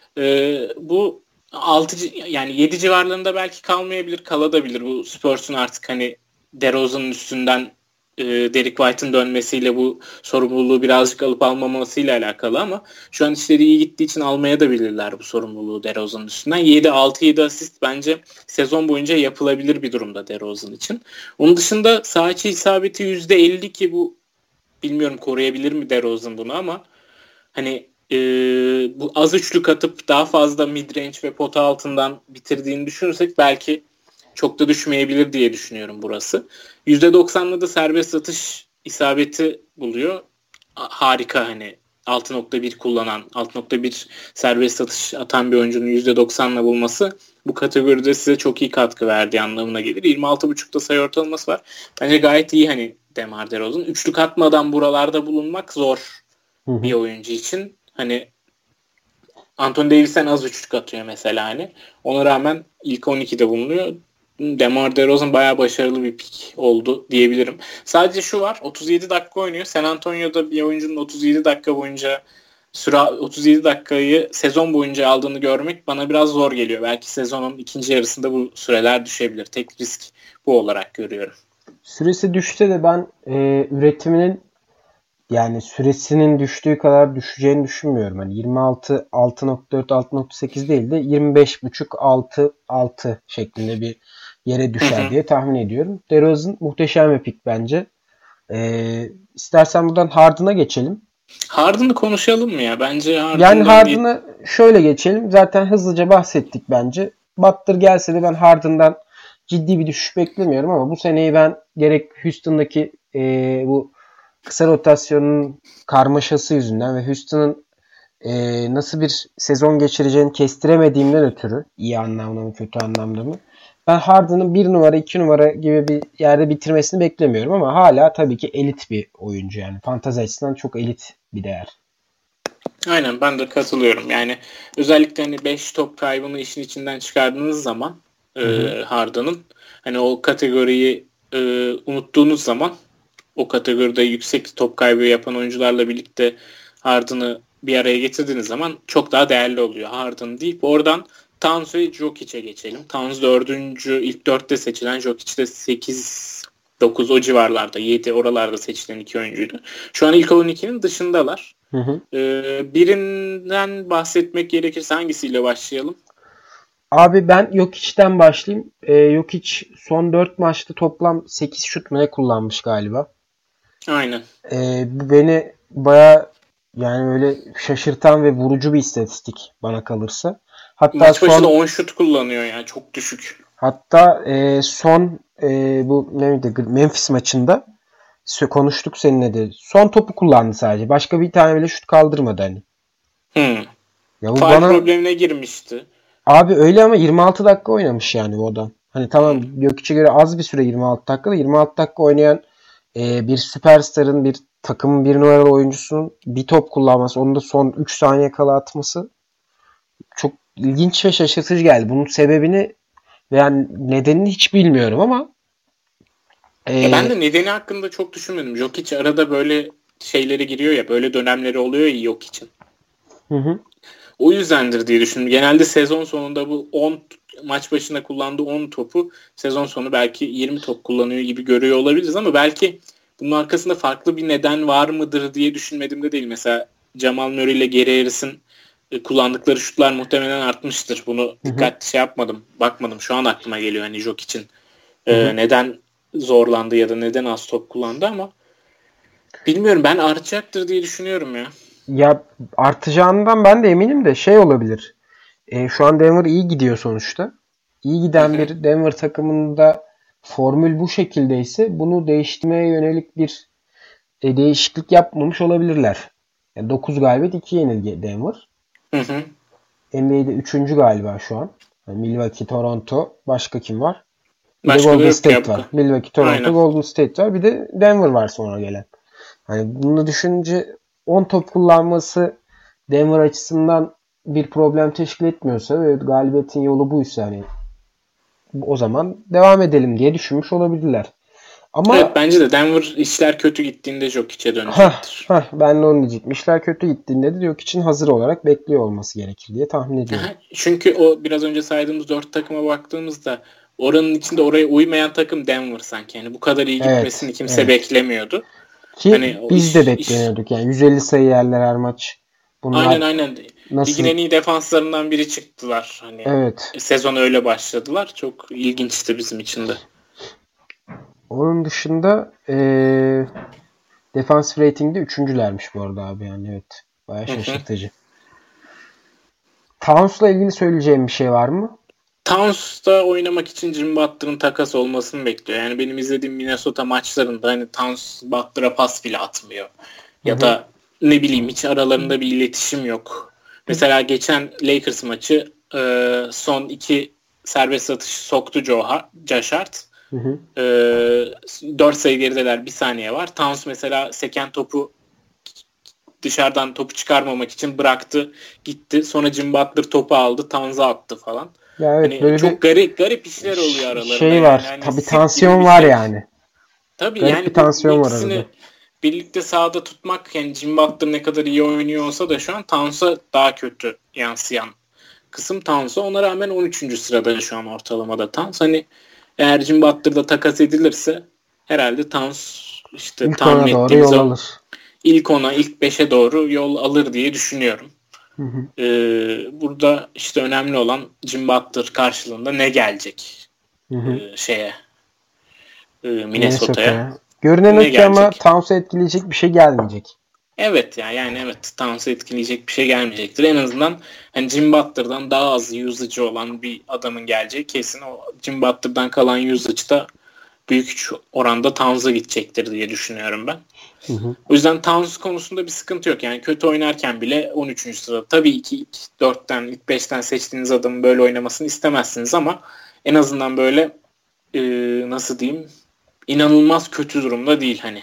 Bu 6 yani 7 civarlarında belki kalmayabilir, kalabilir. Bu Spurs'un artık hani DeRozan'ın üstünden Derek White'ın dönmesiyle bu sorumluluğu birazcık alıp almamasıyla alakalı ama şu an işleri iyi gittiği için almaya da bilirler bu sorumluluğu DeRozan'ın üstünden. 6-7 asist bence sezon boyunca yapılabilir bir durumda DeRozan için. Onun dışında saha içi isabeti %50 ki bu bilmiyorum koruyabilir mi DeRozan bunu ama hani bu az üçlük atıp daha fazla midrange ve pota altından bitirdiğini düşünürsek belki çok da düşmeyebilir diye düşünüyorum burası. %90'lı da serbest atış isabeti buluyor. Harika hani 6.1 kullanan, 6.1 serbest atış atan bir oyuncunun %90'la bulması bu kategoride size çok iyi katkı verdiği anlamına gelir. 26.5'da sayı ortalaması var. Bence gayet iyi hani DeMar DeRozan. Üçlük atmadan buralarda bulunmak zor bir oyuncu için. Hani Anthony Davis'ten az üçlük atıyor mesela hani. Ona rağmen ilk 12'de bulunuyor. DeMar DeRozan bayağı başarılı bir pik oldu diyebilirim. Sadece şu var. 37 dakika oynuyor. San Antonio'da bir oyuncunun 37 dakika boyunca 37 dakikayı sezon boyunca aldığını görmek bana biraz zor geliyor. Belki sezonun ikinci yarısında bu süreler düşebilir. Tek risk bu olarak görüyorum. Süresi düşse de ben üretiminin yani süresinin düştüğü kadar düşeceğini düşünmüyorum. Hani 26 6.4 6.8 değil de 25.5 6 şeklinde bir yere düşer diye tahmin ediyorum. DeRozan muhteşem bir pik bence. İstersen buradan Harden'a geçelim. Harden'ı konuşalım mı ya? Bence Harden'ı şöyle geçelim. Zaten hızlıca bahsettik bence. Butler gelse de ben Harden'dan ciddi bir düşüş beklemiyorum ama bu seneyi ben gerek Houston'daki bu kısa rotasyonun karmaşası yüzünden ve Houston'ın nasıl bir sezon geçireceğini kestiremediğimden ötürü iyi anlamda mı kötü anlamda mı ben Harden'ın 1 numara 2 numara gibi bir yerde bitirmesini beklemiyorum ama hala tabii ki elit bir oyuncu yani. Fantazi açısından çok elit bir değer. Aynen ben de katılıyorum. Yani özellikle hani 5 top kaybını işin içinden çıkardığınız zaman Harden'ın hani o kategoriyi unuttuğunuz zaman o kategoride yüksek top kaybı yapan oyuncularla birlikte Harden'ı bir araya getirdiğiniz zaman çok daha değerli oluyor. Harden deyip oradan Towns ve Jokic'e geçelim. Towns 4. ilk 4'te seçilen, Jokic de 8 9 o civarlarda, 7 oralarda seçilen iki oyuncuydu. Şu an ilk 12'nin dışındalar. Hı hı. Birinden bahsetmek gerekirse hangisiyle başlayalım? Abi ben Jokic'ten başlayayım. Jokic son 4 maçta toplam 8 şut mu ne kullanmış galiba. Aynen. Bu beni baya yani öyle şaşırtan ve vurucu bir istatistik bana kalırsa. Hatta maç başına 10 şut kullanıyor yani, çok düşük. Hatta son bu Memphis maçında konuştuk seninle de. Son topu kullandı sadece. Başka bir tane bile şut kaldırmadı hani. Ya bu faul problemine girmişti. Abi öyle ama 26 dakika oynamış yani bu adam. Hani tamam Jokic'e göre az bir süre 26 dakika da 26 dakika oynayan bir süperstarın, bir takımın bir numaralı oyuncusunun bir top kullanması, onu da son 3 saniye kala atması çok ilginç ve şaşırtıcı geldi. Bunun sebebini yani nedenini hiç bilmiyorum ama ya ben de nedeni hakkında çok düşünmedim. Jokic arada böyle şeyleri giriyor ya, böyle dönemleri oluyor ya Jokic'in. O yüzdendir diye düşündüm. Genelde sezon sonunda bu 10 maç başına kullandığı 10 topu sezon sonu belki 20 top kullanıyor gibi görüyor olabiliriz ama belki bunun arkasında farklı bir neden var mıdır diye düşünmedim de değil. Mesela Jamal Murray ile Gary Harris'in kullandıkları şutlar muhtemelen artmıştır. Bunu dikkatli yapmadım. Bakmadım. Şu an aklıma geliyor hani Jokic'in neden zorlandı ya da neden az top kullandı ama bilmiyorum, ben artacaktır diye düşünüyorum ya. Ya artacağından ben de eminim de şey olabilir. Şu an Denver iyi gidiyor sonuçta. İyi giden bir Denver takımında formül bu şekildeyse bunu değiştirmeye yönelik bir değişiklik yapmamış olabilirler. Yani 9 galibiyet 2 yenilgi Denver. NBA'de 3. galiba şu an. Yani Milwaukee, Toronto, başka kim var? Bir de Golden State var. Milwaukee, Toronto, aynen. Golden State var. Bir de Denver var sonra gelen. Hani bunu düşününce 10 top kullanması Denver açısından bir problem teşkil etmiyorsa ve galibiyetin yolu buysa hani o zaman devam edelim diye düşünmüş olabilirler. Ama evet, bence de Denver işler kötü gittiğinde Jokic'e dönecektir. Ben de onu diyecektim. İşler kötü gittiğinde de Jokic'in hazır olarak bekliyor olması gerekir diye tahmin ediyorum. Çünkü o biraz önce saydığımız 4 takıma baktığımızda oranın içinde oraya uymayan takım Denver sanki. Yani bu kadar iyi gitmesini kimse beklemiyordu. Ki hani biz de beklemiyorduk. Yani 150 sayı yerler her maç. Bunlar aynen. Ligin en iyi defanslarından biri çıktılar. Hani sezon öyle başladılar. Çok ilginçti bizim için de. Onun dışında defensive rating'de 3.'lermiş bu arada abi yani evet. Bayağı şaşırtıcı. Towns'la ilgili söyleyeceğim bir şey var mı? Towns'ta oynamak için Jimmy Butler'ın takas olmasını bekliyor. Yani benim izlediğim Minnesota maçlarında hani Towns Butler'a pas bile atmıyor. Ya da ne bileyim hiç aralarında bir iletişim yok. Mesela geçen Lakers maçı son 2 serbest atışı soktu Josh Hart. 4 sayı gerideler, 1 saniye var. Towns mesela seken topu dışarıdan topu çıkarmamak için bıraktı, gitti. Sonra Jimmy Butler topu aldı, Towns'a attı falan. Ya evet, hani böyle çok garip işler oluyor aralarında. Şey var. Yani tabii tansiyon var yani. Tabii garip yani bir tansiyon var arada. Birlikte sahada tutmak, yani Jimmy Butler ne kadar iyi oynuyor olsa da şu an Towns'a daha kötü yansıyan kısım Towns'a. Ona rağmen 13. sırada şu an ortalamada Towns. Hani eğer Jimmy Butler'da takas edilirse herhalde Towns işte ilk tahmin ettiğimiz o ilk 10'a, ilk 5'e doğru yol alır diye düşünüyorum. Burada işte önemli olan Jimmy Butler karşılığında ne gelecek Minnesota'ya. Görünen o ki ama Towns'u etkileyecek bir şey gelmeyecek. Evet yani evet, Towns'u etkileyecek bir şey gelmeyecektir. En azından hani Jimmy Butler'dan daha az usage olan bir adamın geleceği kesin. O Jimmy Butler'dan kalan usage da büyük oranda Towns'a gidecektir diye düşünüyorum ben. O yüzden Towns konusunda bir sıkıntı yok. Yani kötü oynarken bile 13. sırada. Tabii ki ilk 4'ten, ilk 5'ten seçtiğiniz adamın böyle oynamasını istemezsiniz ama en azından böyle nasıl diyeyim, inanılmaz kötü durumda değil hani.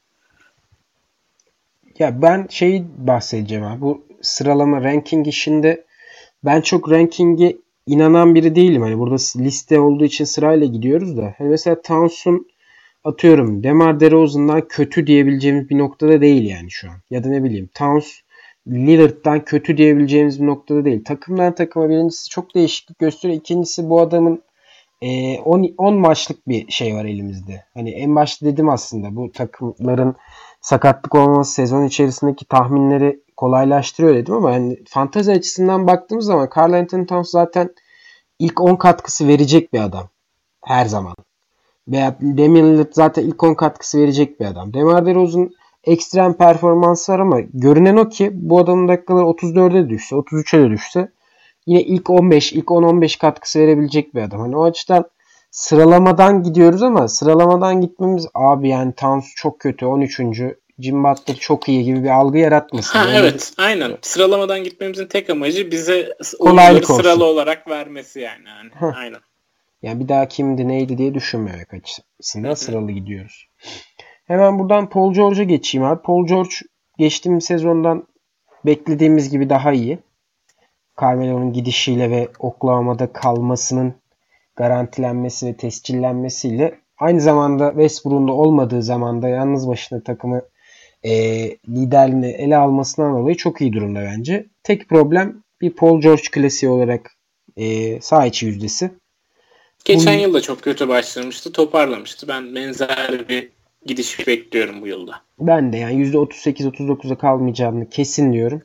Ya ben bahsedeceğim abi. Bu sıralama ranking işinde ben çok ranking'e inanan biri değilim. Hani burada liste olduğu için sırayla gidiyoruz da. Hani mesela Towns'un atıyorum DeMar DeRozan'dan kötü diyebileceğimiz bir noktada değil yani şu an. Ya da ne bileyim Towns Lillard'dan kötü diyebileceğimiz bir noktada değil. Takımdan takıma birincisi çok değişiklik gösteriyor. İkincisi bu adamın 10 maçlık bir şey var elimizde. Hani en başta dedim aslında bu takımların sakatlık olmaması sezon içerisindeki tahminleri kolaylaştırıyor dedim ama yani fantazi açısından baktığımız zaman Karl Anthony Towns zaten ilk 10 katkısı verecek bir adam. Her zaman. Veya Damian Lillard zaten ilk 10 katkısı verecek bir adam. DeMar DeRozan ekstrem performansı var ama görünen o ki bu adamın dakikaları 34'e de düşse, 33'e de düşse yine ilk 15, ilk 10-15 katkısı verebilecek bir adam. Hani o açıdan sıralamadan gidiyoruz ama sıralamadan gitmemiz abi yani Towns çok kötü 13. Jim Butler çok iyi gibi bir algı yaratmasın. Ha, yani evet aynen. Sıralamadan gitmemizin tek amacı bize kolaylık oyuncuları sıralı olsun. olarak vermesi yani. Aynen. Yani bir daha kimdi neydi diye düşünmemek açısından sıralı gidiyoruz. Hemen buradan Paul George'a geçeyim abi. Paul George geçtiğimiz sezondan beklediğimiz gibi daha iyi. Carmelo'nun gidişiyle ve Oklahoma'da kalmasının garantilenmesi ve tescillenmesiyle aynı zamanda Westbrook'un da olmadığı zamanda yalnız başına takımı liderliğini ele almasından dolayı çok iyi durumda bence. Tek problem bir Paul George klasiği olarak saha içi yüzdesi. Geçen yıl da çok kötü başlamıştı. Toparlamıştı. Ben benzer bir gidiş bekliyorum bu yılda. Ben de yani %38-39'a kalmayacağını kesin diyorum.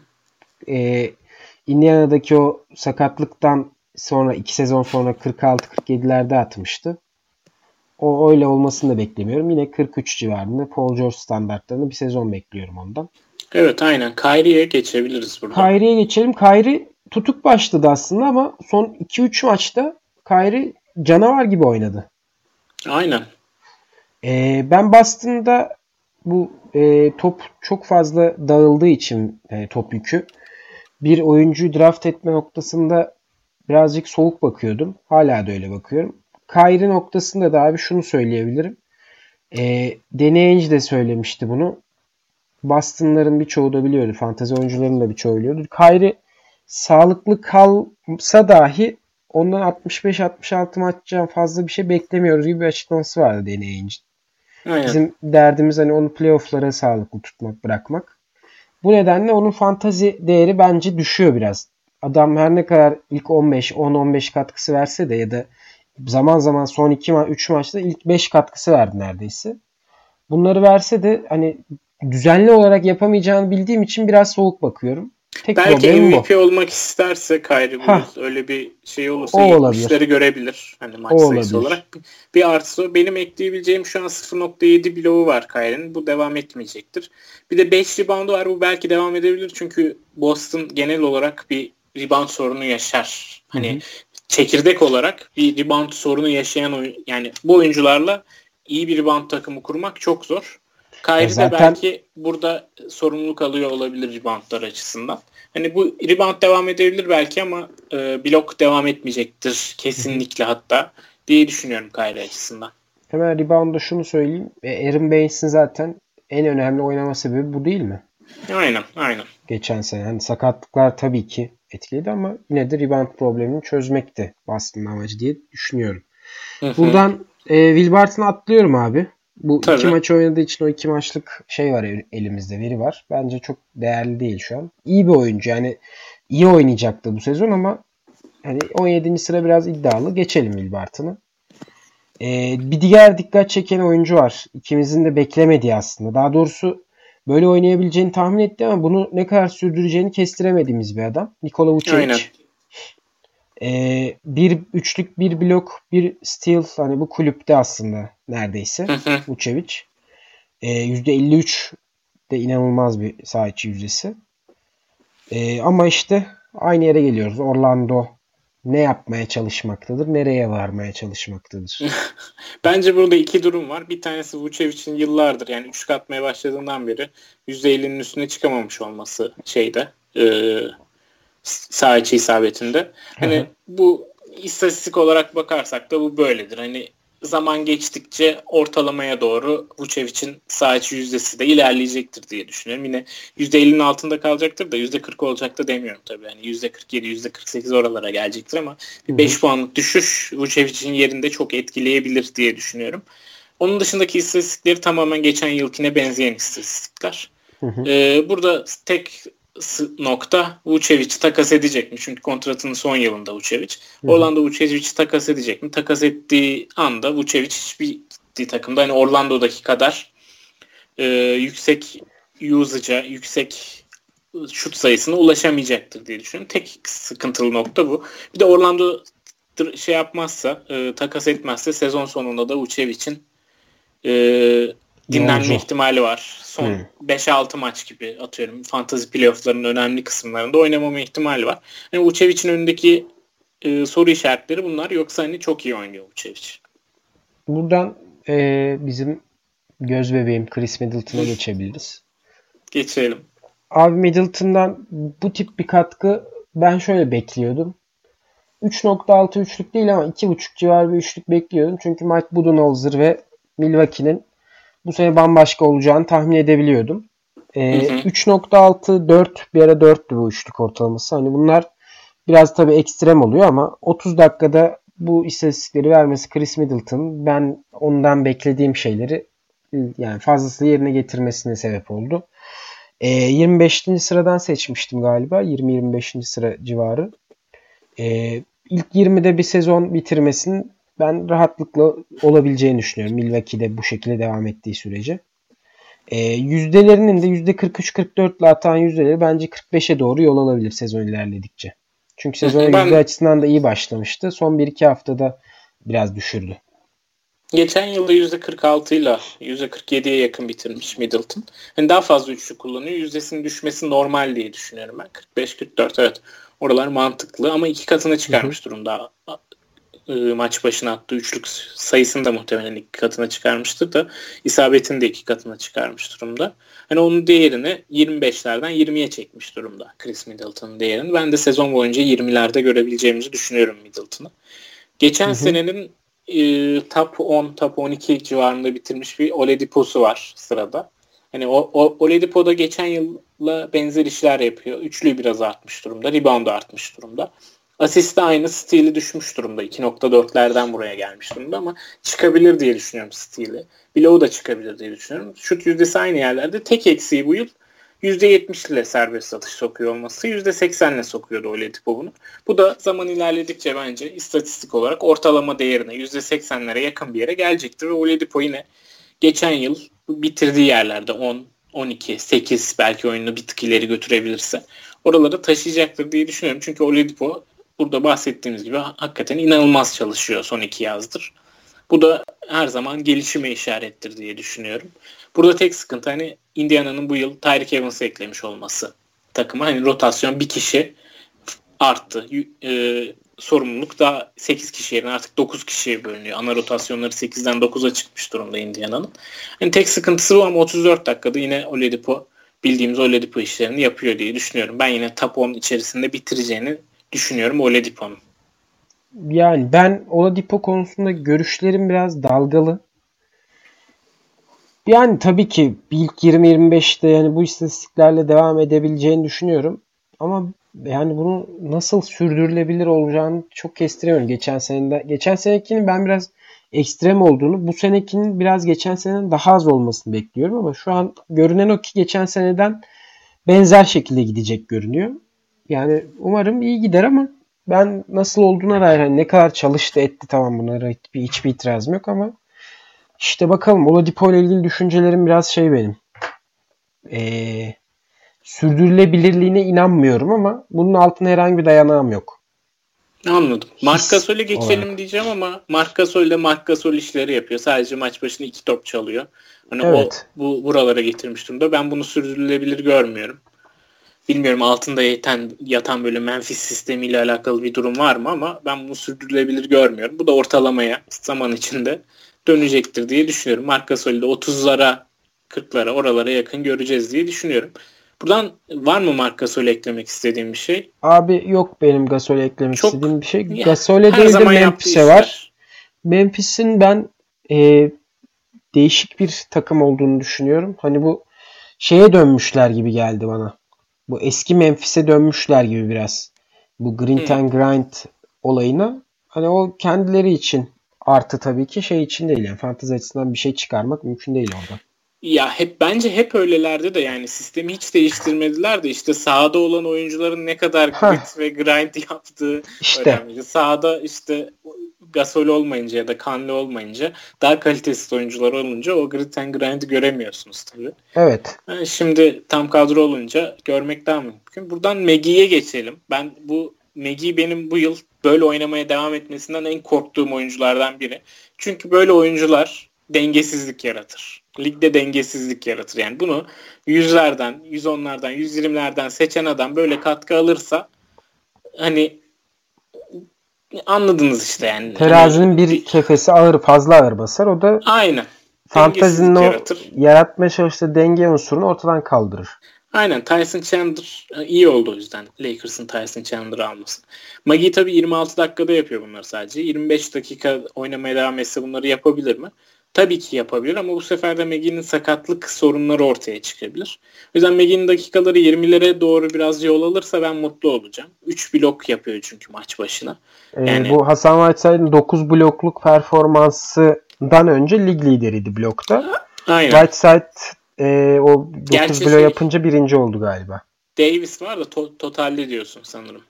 Indiana'daki o sakatlıktan sonra 2 sezon sonra 46-47'lerde atmıştı. O öyle olmasını da beklemiyorum. Yine 43 civarında Paul George standartlarında bir sezon bekliyorum ondan. Evet aynen. Kyrie'ye geçebiliriz burada. Kyrie'ye geçelim. Kyrie tutuk başladı aslında ama son 2-3 maçta Kyrie canavar gibi oynadı. Aynen. Ben Boston'da bu top çok fazla dağıldığı için top yükü bir oyuncuyu draft etme noktasında birazcık soğuk bakıyordum. Hala da öyle bakıyorum. Kyrie noktasında da abi şunu söyleyebilirim. Deneyince de söylemişti bunu. Boston'ların birçoğu da biliyordu. Fantezi oyuncuların da birçoğu biliyordu. Kyrie sağlıklı kalsa dahi ondan 65-66 maçtan fazla bir şey beklemiyoruz gibi bir açıklaması vardı deneyince. Aynen. Bizim derdimiz hani onu playoff'lara sağlıklı tutmak, bırakmak. Bu nedenle onun fantazi değeri bence düşüyor biraz. Adam her ne kadar ilk 15, 10-15 katkısı verse de ya da zaman zaman son 3 maçta ilk 5 katkısı verdi neredeyse. Bunları verse de hani düzenli olarak yapamayacağını bildiğim için biraz soğuk bakıyorum. Tek belki problemim MVP bu. olmak isterse Kyrie öyle bir şey olursa O olabilir. 70'leri görebilir. Hani maç O sayısı olabilir. olarak. Bir artısı benim ekleyebileceğim şu an 0.7 bloğu var Kyrie'nin. Bu devam etmeyecektir. Bir de 5 reboundu var. Bu belki devam edebilir. Çünkü Boston genel olarak bir rebound sorunu yaşar. Hani çekirdek olarak bir rebound sorunu yaşayan yani bu oyuncularla iyi bir rebound takımı kurmak çok zor. Kyrie de belki burada sorumluluk alıyor olabilir reboundlar açısından. Hani bu rebound devam edebilir belki ama blok devam etmeyecektir kesinlikle hatta diye düşünüyorum Kyrie açısından. Hemen rebound'da şunu söyleyeyim. Aaron Baines'in zaten en önemli oynama sebebi bu değil mi? Aynen. Geçen sene. Hani sakatlıklar tabii ki etkiledi ama yine de rebound problemini çözmekti Boston'ın amacı diye düşünüyorum. Buradan Will Barton'a atlıyorum abi. Bu tabii. 2 maç oynadığı için o 2 maçlık şey var elimizde, veri var. Bence çok değerli değil şu an. İyi bir oyuncu yani iyi oynayacaktı bu sezon ama hani 17. sıra biraz iddialı. Geçelim Will Barton'ı. Bir diğer dikkat çeken oyuncu var. İkimizin de beklemediği aslında. Daha doğrusu böyle oynayabileceğini tahmin etti ama bunu ne kadar sürdüreceğini kestiremediğimiz bir adam. Nikola Vucevic. Bir üçlük, bir blok, bir steal hani bu kulüpte aslında neredeyse Vucevic. %53 de inanılmaz bir saha içi yüzdesi. Ama işte aynı yere geliyoruz. Orlando ne yapmaya çalışmaktadır? Nereye varmaya çalışmaktadır? Bence burada iki durum var. Bir tanesi Vucevic'in yıllardır yani üçlük atmaya başladığından beri %50'nin üstüne çıkamamış olması saha içi isabetinde. Hani bu istatistik olarak bakarsak da bu böyledir. Hani zaman geçtikçe ortalamaya doğru Vucevic'in saha içi yüzdesi de ilerleyecektir diye düşünüyorum. Yine %50'nin altında kalacaktır da %40 olacak da demiyorum tabii. Yani %47, %48 oralara gelecektir ama 5 puanlık düşüş Vucevic'in yerinde çok etkileyebilir diye düşünüyorum. Onun dışındaki istatistikleri tamamen geçen yılkine benzeyen istatistikler. Burada tek nokta Vučević'i takas edecek mi? Çünkü kontratının son yılında Vučević. Orlando Vučević'i takas edecek mi? Takas ettiği anda Vučević hiçbir takımda hani Orlando'daki kadar yüksek usage'a, yüksek şut sayısına ulaşamayacaktır diye düşünüyorum. Tek sıkıntılı nokta bu. Bir de Orlando şey yapmazsa, takas etmezse sezon sonunda da Vučević'in dinlenme ihtimali var. Son 5-6 maç gibi atıyorum. Fantasy playoff'ların önemli kısımlarında oynamama ihtimali var. Yani Vučević'in önündeki soru işaretleri bunlar. Yoksa hani çok iyi oynuyor Vučević. Buradan bizim göz bebeğim Chris Middleton'a geçebiliriz. Geçelim. Abi Middleton'dan bu tip bir katkı ben şöyle bekliyordum. 3.6 üçlük değil ama 2.5 civarı bir üçlük bekliyordum. Çünkü Mike Budenholzer ve Milwaukee'nin bu sene bambaşka olacağını tahmin edebiliyordum. 3.6, 4 bir ara 4'tü bu üçlük ortalaması. Hani bunlar biraz tabii ekstrem oluyor ama 30 dakikada bu istatistikleri vermesi Chris Middleton, ben ondan beklediğim şeyleri yani fazlasıyla yerine getirmesine sebep oldu. 25. sıradan seçmiştim galiba. 20-25. sıra civarı. İlk 20'de bir sezon bitirmesinin ben rahatlıkla olabileceğini düşünüyorum. Milwaukee'de bu şekilde devam ettiği sürece. Yüzdelerinin de %43-44 ile atan yüzdeleri bence 45'e doğru yol alabilir sezon ilerledikçe. Çünkü sezona yüzde açısından da iyi başlamıştı. Son 1-2 haftada biraz düşürdü. Geçen yılda %46 ile %47'ye yakın bitirmiş Middleton. Yani daha fazla üçlük kullanıyor. Yüzdesinin düşmesi normal diye düşünüyorum ben. 45-44 evet. Oralar mantıklı ama 2 katına çıkarmış durumda. Maç başına attığı üçlük sayısını da muhtemelen 2 katına çıkarmıştır da isabetini de 2 katına çıkarmış durumda. Hani onun değerini 25'lerden 20'ye çekmiş durumda Chris Middleton'ın değerini. Ben de sezon boyunca 20'lerde görebileceğimizi düşünüyorum Middleton'ı. Geçen senenin top 10, top 12 civarında bitirmiş bir Oladipo'su var sırada. Hani Oladipo da geçen yılla benzer işler yapıyor. Üçlüğü biraz artmış durumda. Rebound artmış durumda. Asist de aynı. Steal'i düşmüş durumda. 2.4'lerden buraya gelmiş durumda ama çıkabilir diye düşünüyorum Steal'i. Blow da çıkabilir diye düşünüyorum. Şut yüzdesi aynı yerlerde. Tek eksiği bu yıl %70 ile serbest atış sokuyor olması. %80 ile sokuyordu Oladipo bunu. Bu da zaman ilerledikçe bence istatistik olarak ortalama değerine %80'lere yakın bir yere gelecektir. Ve Oladipo yine geçen yıl bitirdiği yerlerde 10, 12, 8 belki oyununu bir tık ileri götürebilirse oraları taşıyacaktır diye düşünüyorum. Çünkü Oladipo burada bahsettiğimiz gibi hakikaten inanılmaz çalışıyor son 2 yazdır. Bu da her zaman gelişime işarettir diye düşünüyorum. Burada tek sıkıntı hani Indiana'nın bu yıl Tyreek Evans'ı eklemiş olması takıma. Hani rotasyon bir kişi arttı. Sorumluluk da 8 kişi yerine artık 9 kişiye bölünüyor. Ana rotasyonları 8'den 9'a çıkmış durumda Indiana'nın. Yani tek sıkıntısı bu ama 34 dakikada yine Oladipo bildiğimiz Oladipo işlerini yapıyor diye düşünüyorum. Ben yine top 10 içerisinde bitireceğini düşünüyorum Oladipo'nun. Yani ben Oladipo konusunda görüşlerim biraz dalgalı. Yani tabii ki ilk 20-25'te yani bu istatistiklerle devam edebileceğini düşünüyorum. Ama yani bunu nasıl sürdürülebilir olacağını çok kestiremiyorum. Geçen senekinin ben biraz ekstrem olduğunu, bu senekinin biraz geçen seneden daha az olmasını bekliyorum ama şu an görünen o ki geçen seneden benzer şekilde gidecek görünüyor. Yani umarım iyi gider ama ben nasıl olduğuna dair hani ne kadar çalıştı etti tamam bunlara hiçbir itirazım yok ama işte bakalım Oladipo ile ilgili düşüncelerim biraz benim. Sürdürülebilirliğine inanmıyorum ama bunun altına herhangi bir dayanağım yok. Anladım. Marc Gasol'e geçelim diyeceğim ama Marc Gasol de Marc Gasol işleri yapıyor. Sadece maç başına 2 top çalıyor. Hani evet. Bu buralara getirmiş durumda. Ben bunu sürdürülebilir görmüyorum. Bilmiyorum altında yatan böyle Memphis sistemiyle alakalı bir durum var mı ama ben bunu sürdürülebilir görmüyorum. Bu da ortalamaya zaman içinde dönecektir diye düşünüyorum. Marc Gasol'ü de 30'lara 40'lara oralara yakın göreceğiz diye düşünüyorum. Buradan var mı Marc Gasol'e eklemek istediğim bir şey? Abi yok benim Gasol'e eklemek istediğim bir şey. Gasol'e değil de Memphis'e var. Memphis'in ben değişik bir takım olduğunu düşünüyorum. Hani bu şeye dönmüşler gibi geldi bana. Bu eski Memphis'e dönmüşler gibi biraz. Bu Grit and Grind olayına. Hani o kendileri için Artı tabii ki şey için değil. Yani fantezi açısından bir şey çıkarmak mümkün değil orada. Ya bence hep öylelerde de yani sistemi hiç değiştirmediler de işte sahada olan oyuncuların ne kadar grit ve grind yaptığı önemli. Sahada işte Gasol olmayınca ya da Kanlı olmayınca daha kalitesiz oyuncular olunca o grit and grind'i göremiyorsunuz tabii. Evet. Yani şimdi tam kadro olunca görmek daha mümkün. Buradan Maggie'ye geçelim. Ben bu Maggie benim bu yıl böyle oynamaya devam etmesinden en korktuğum oyunculardan biri. Çünkü böyle oyuncular dengesizlik yaratır. Ligde dengesizlik yaratır. Yani bunu 100'lerden, 110'lardan, 120'lerden seçen adam böyle katkı alırsa hani anladınız işte yani. Terazinin hani, bir kefesi fazla ağır basar. O da aynen. fantezinin o yaratmaya çalıştığı denge unsurunu ortadan kaldırır. Aynen. Tyson Chandler iyi oldu o yüzden. Lakers'ın Tyson Chandler'ı alması. Maggie tabii 26 dakikada yapıyor bunları sadece. 25 dakika oynamaya devam etse bunları yapabilir mi? Tabii ki yapabilir ama bu sefer de Maggie'nin sakatlık sorunları ortaya çıkabilir. O yüzden Maggie'nin dakikaları 20'lere doğru biraz yol alırsa ben mutlu olacağım. 3 blok yapıyor çünkü maç başına. Yani bu Hasan Whiteside'ın 9 blokluk performansından önce lig lideriydi blokta. Aynen. Whiteside o 9 blok yapınca birinci oldu galiba. Davis var da totalde diyorsun sanırım.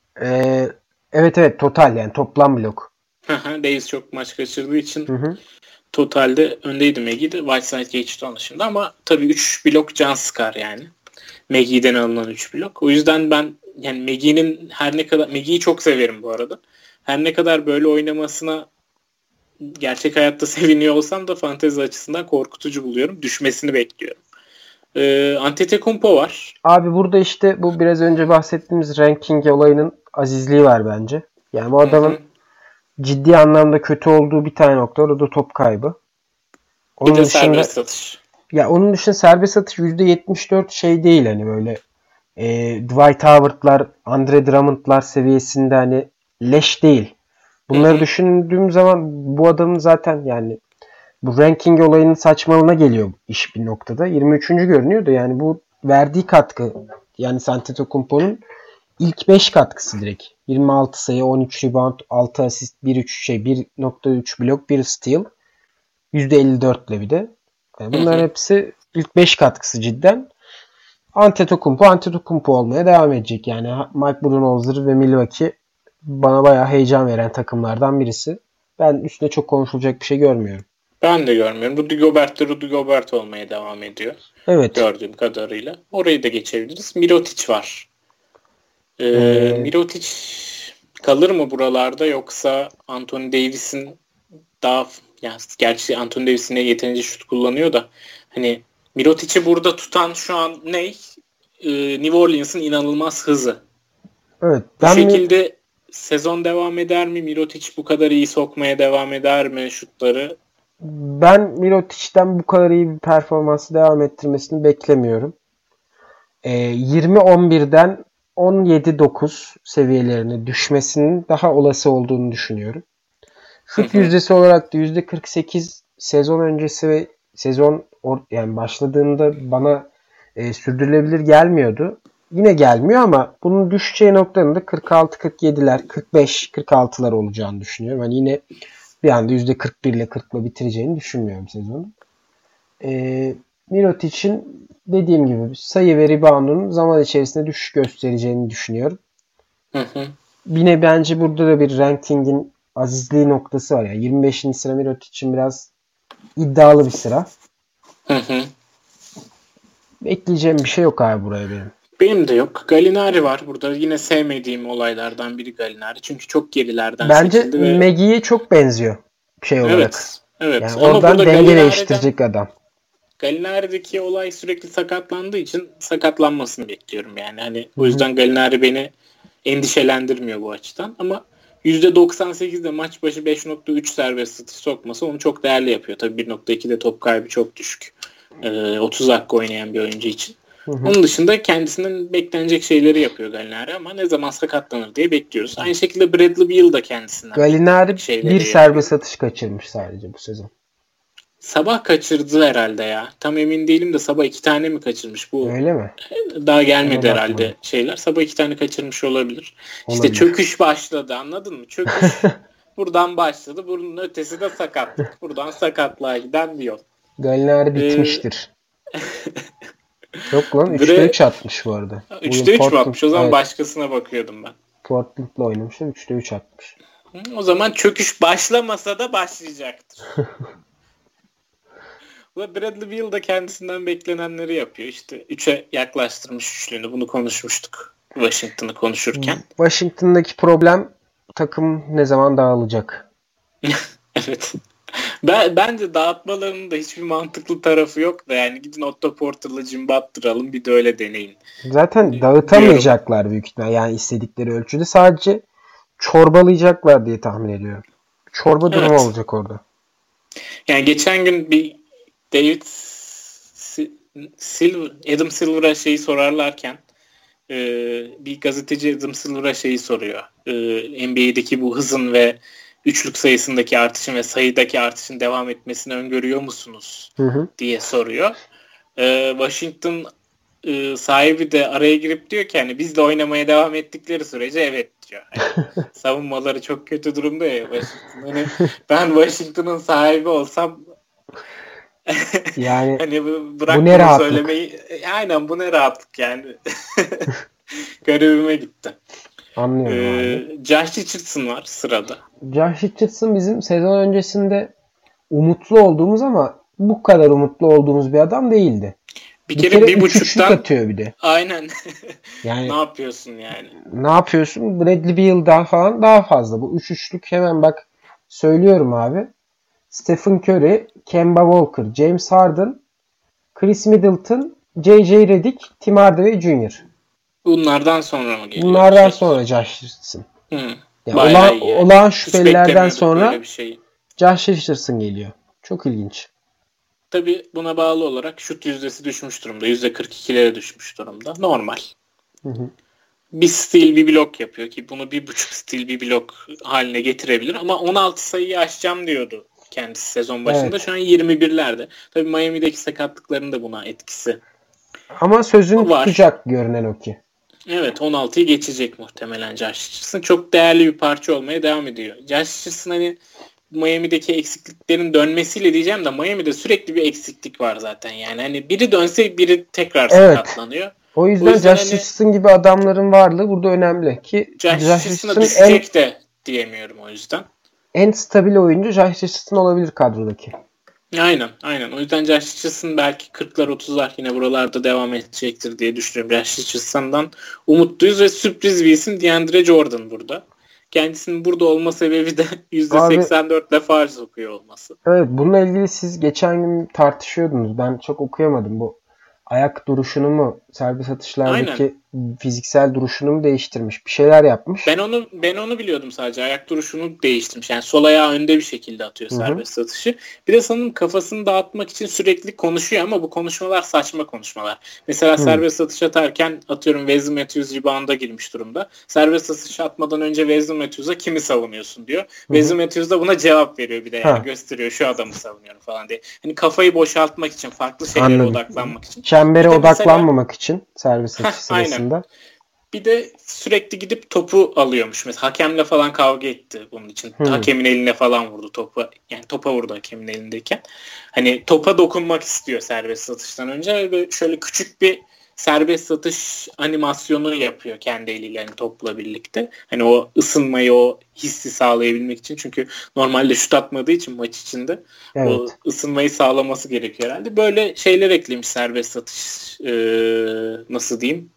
Evet total yani toplam blok. Davis çok maç kaçırdığı için totalde öndeydi Maggie'de. Whiteside geçti onun dışında ama tabii 3 blok can sıkar yani. Maggie'den alınan 3 blok. O yüzden ben yani Maggie'nin her ne kadar Maggie'yi çok severim bu arada. Her ne kadar böyle oynamasına gerçek hayatta seviniyor olsam da fantezi açısından korkutucu buluyorum. Düşmesini bekliyorum. Antetokounmpo var. Abi burada işte bu biraz önce bahsettiğimiz ranking olayının azizliği var bence. Yani bu adamın ciddi anlamda kötü olduğu bir tane nokta var. O da top kaybı. Onun bir de dışında, serbest satış. Ya onun dışında serbest satış %74 şey değil hani böyle Dwight Howard'lar, Andre Drummond'lar seviyesinde hani leş değil. Bunları düşündüğüm zaman bu adamın zaten yani bu ranking olayının saçmalığına geliyor iş bir noktada. 23. görünüyor da yani bu verdiği katkı yani Antetokounmpo'nun ilk 5 katkısı direkt. 26 sayı, 13 rebound, 6 asist, 1.3 blok, 1 steal. %54 ile bir de. Yani bunların hepsi ilk 5 katkısı cidden. Antetokounmpo olmaya devam edecek. Yani Mike Budenholzer ve Milwaukee bana bayağı heyecan veren takımlardan birisi. Ben üstüne çok konuşulacak bir şey görmüyorum. Ben de görmüyorum. Rudy Gobert olmaya devam ediyor. Evet. Gördüğüm kadarıyla. Orayı da geçebiliriz. Mirotic var. Mirotic kalır mı buralarda yoksa Anthony Davis'in daha yani gerçi Anthony Davis'in yeterince şut kullanıyor da hani Mirotic'i burada tutan şu an ne? New Orleans'ın inanılmaz hızı. Evet. Bu şekilde sezon devam eder mi? Mirotic bu kadar iyi sokmaya devam eder mi şutları? Ben Mirotic'ten bu kadar iyi bir performansı devam ettirmesini beklemiyorum. 20-11'den 17-9 seviyelerine düşmesinin daha olası olduğunu düşünüyorum. Şut yüzdesi olarak da %48 sezon öncesi ve sezon yani başladığında bana sürdürülebilir gelmiyordu. Yine gelmiyor ama bunun düşeceği noktanın da 46-47'ler, 45-46'lar olacağını düşünüyorum. Yani yine bir anda %41 ile 40'la bitireceğini düşünmüyorum sezonu. Mirotic'in dediğim gibi sayı ve rebound'un zaman içerisinde düşüş göstereceğini düşünüyorum. Yine bence burada da bir rankingin azizliği noktası var. Yani 25. sıra Mirotic için biraz iddialı bir sıra. Bekleyeceğim bir şey yok abi buraya benim. Benim de yok. Gallinari var. Burada yine sevmediğim olaylardan biri Gallinari. Çünkü çok gerilerden bence seçildi. Bence Maggie'ye çok benziyor şey olarak. Evet. Yani ama oradan denge değiştirecek adam. Gallinari'deki olay sürekli sakatlandığı için sakatlanmasını bekliyorum yani. Hani o yüzden Gallinari beni endişelendirmiyor bu açıdan ama %98'de maç başı 5.3 serbest satış sokması onu çok değerli yapıyor. Tabii 1.2'de top kaybı çok düşük. 30 dakika oynayan bir oyuncu için. Onun dışında kendisinden beklenecek şeyleri yapıyor Gallinari ama ne zaman sakatlanır diye bekliyoruz. Aynı şekilde Bradley Beal da kendisinden Gallinari bir serbest atış kaçırmış sadece bu sezon. Sabah kaçırdı herhalde ya. Tam emin değilim de sabah 2 tane mi kaçırmış? Bu öyle mi? Daha gelmedi herhalde şeyler. Sabah 2 tane kaçırmış olabilir. İşte çöküş başladı anladın mı? Çöküş buradan başladı. Bunun ötesi de sakatlık. Buradan sakatlığa giden bir yol. Gallinari bitmiştir. Yok lan 3'te 3 atmış bu arada. 3'te 3 mü atmış? O zaman başkasına bakıyordum ben. Portland'la oynamıştı. 3'te 3 atmış. O zaman çöküş başlamasa da başlayacaktır. Bradley Beal da kendisinden beklenenleri yapıyor. İşte 3'e yaklaştırmış üçlüğünü. Bunu konuşmuştuk Washington'ı konuşurken. Washington'daki problem takım ne zaman dağılacak? Evet. Bence dağıtmalarının da hiçbir mantıklı tarafı yok da yani gidin Otto Porter'la Jim Butler'ı bir de öyle deneyin. Zaten dağıtamayacaklar büyük ihtimal. Yani istedikleri ölçüde sadece çorbalayacaklar diye tahmin ediyorum. Çorba durumu olacak orada. Yani geçen gün bir Adam Silver'a şeyi sorarlarken bir gazeteci Adam Silver'a şeyi soruyor. NBA'deki bu hızın ve üçlük sayısındaki artışın ve sayıdaki artışın devam etmesini öngörüyor musunuz? Diye soruyor. Washington sahibi de araya girip diyor ki hani biz de oynamaya devam ettikleri sürece evet diyor. Yani savunmaları çok kötü durumda ya Washington. Hani ben Washington'ın sahibi olsam yani hani bu ne rahatlık. Söylemeyi aynen bu ne rahatlık yani. Görevime gitti. Anlıyorum abi. Josh Richardson var sırada. Josh Richardson bizim sezon öncesinde umutlu olduğumuz ama bu kadar umutlu olduğumuz bir adam değildi. Bir kere bir buçuktan atıyor bir de. Aynen. Yani ne yapıyorsun yani? Ne yapıyorsun? Bradley Beal'dan falan daha fazla. Bu 3-3'lük hemen bak söylüyorum abi. Stephen Curry, Kemba Walker, James Harden, Chris Middleton, J.J. Redick, Tim Hardaway Jr. Bunlardan sonra mı geliyor? Bunlardan sonra Josh Richardson. Yani olağan şüphelilerden sonra Josh Richardson geliyor. Çok ilginç. Tabii buna bağlı olarak şut yüzdesi düşmüş durumda. %42'lere düşmüş durumda. Normal. Bir steal bir blok yapıyor ki bunu 1.5 steal bir blok haline getirebilir. Ama 16 sayıyı aşacağım diyordu kendisi sezon başında. Evet. Şu an 21'lerde. Tabii Miami'deki sakatlıkların da buna etkisi. Ama sözünü tutacak görünen o ki. Evet 16'yı geçecek muhtemelen Josh Richardson. Çok değerli bir parça olmaya devam ediyor. Josh Richardson hani Miami'deki eksikliklerin dönmesiyle diyeceğim de Miami'de sürekli bir eksiklik var zaten. Yani hani biri dönse biri tekrar sakatlanıyor. O yüzden Josh Richardson gibi adamların varlığı burada önemli ki Josh Richardson'a düşecek de diyemiyorum o yüzden. En stabil oyuncu Josh Richardson olabilir kadrodaki. Aynen. O yüzden Josh Richardson belki 40'lar 30'lar yine buralarda devam edecektir diye düşünüyorum. Josh Richardson'dan umutluyuz ve sürpriz bir isim DeAndre Jordan burada. Kendisinin burada olma sebebi de %84'le faul sokuyor olması. Evet, bununla ilgili siz geçen gün tartışıyordunuz. Ben çok okuyamadım bu. Ayak duruşunu mu, serbest atışlardaki fiziksel duruşunu mu değiştirmiş? Bir şeyler yapmış. Ben onu biliyordum sadece. Ayak duruşunu değiştirmiş. Yani sol ayağı önde bir şekilde atıyor serbest atışı. Bir de sanırım kafasını dağıtmak için sürekli konuşuyor ama bu konuşmalar saçma konuşmalar. Mesela serbest atış atarken atıyorum Wesley Matthews rebound'a girmiş durumda. Serbest atış atmadan önce Wesley Matthews'a kimi savunuyorsun diyor. Wesley Matthews da buna cevap veriyor bir de yani gösteriyor şu adamı savunuyorum falan diye. Hani kafayı boşaltmak için, farklı şeylere odaklanmak için. Çembere odaklanmamak için serbest atış sırasında. Bir de sürekli gidip topu alıyormuş. Mesela hakemle falan kavga etti bunun için. Hakemin eline falan vurdu topu. Yani topa vurdu hakemin elindeyken. Hani topa dokunmak istiyor serbest atıştan önce. Böyle şöyle küçük bir serbest atış animasyonu yapıyor kendi eliyle yani topla birlikte. Hani o ısınmayı, o hissi sağlayabilmek için. Çünkü normalde şut atmadığı için maç içinde o ısınmayı sağlaması gerekiyor herhalde. Böyle şeyler eklemiş serbest atış nasıl diyeyim?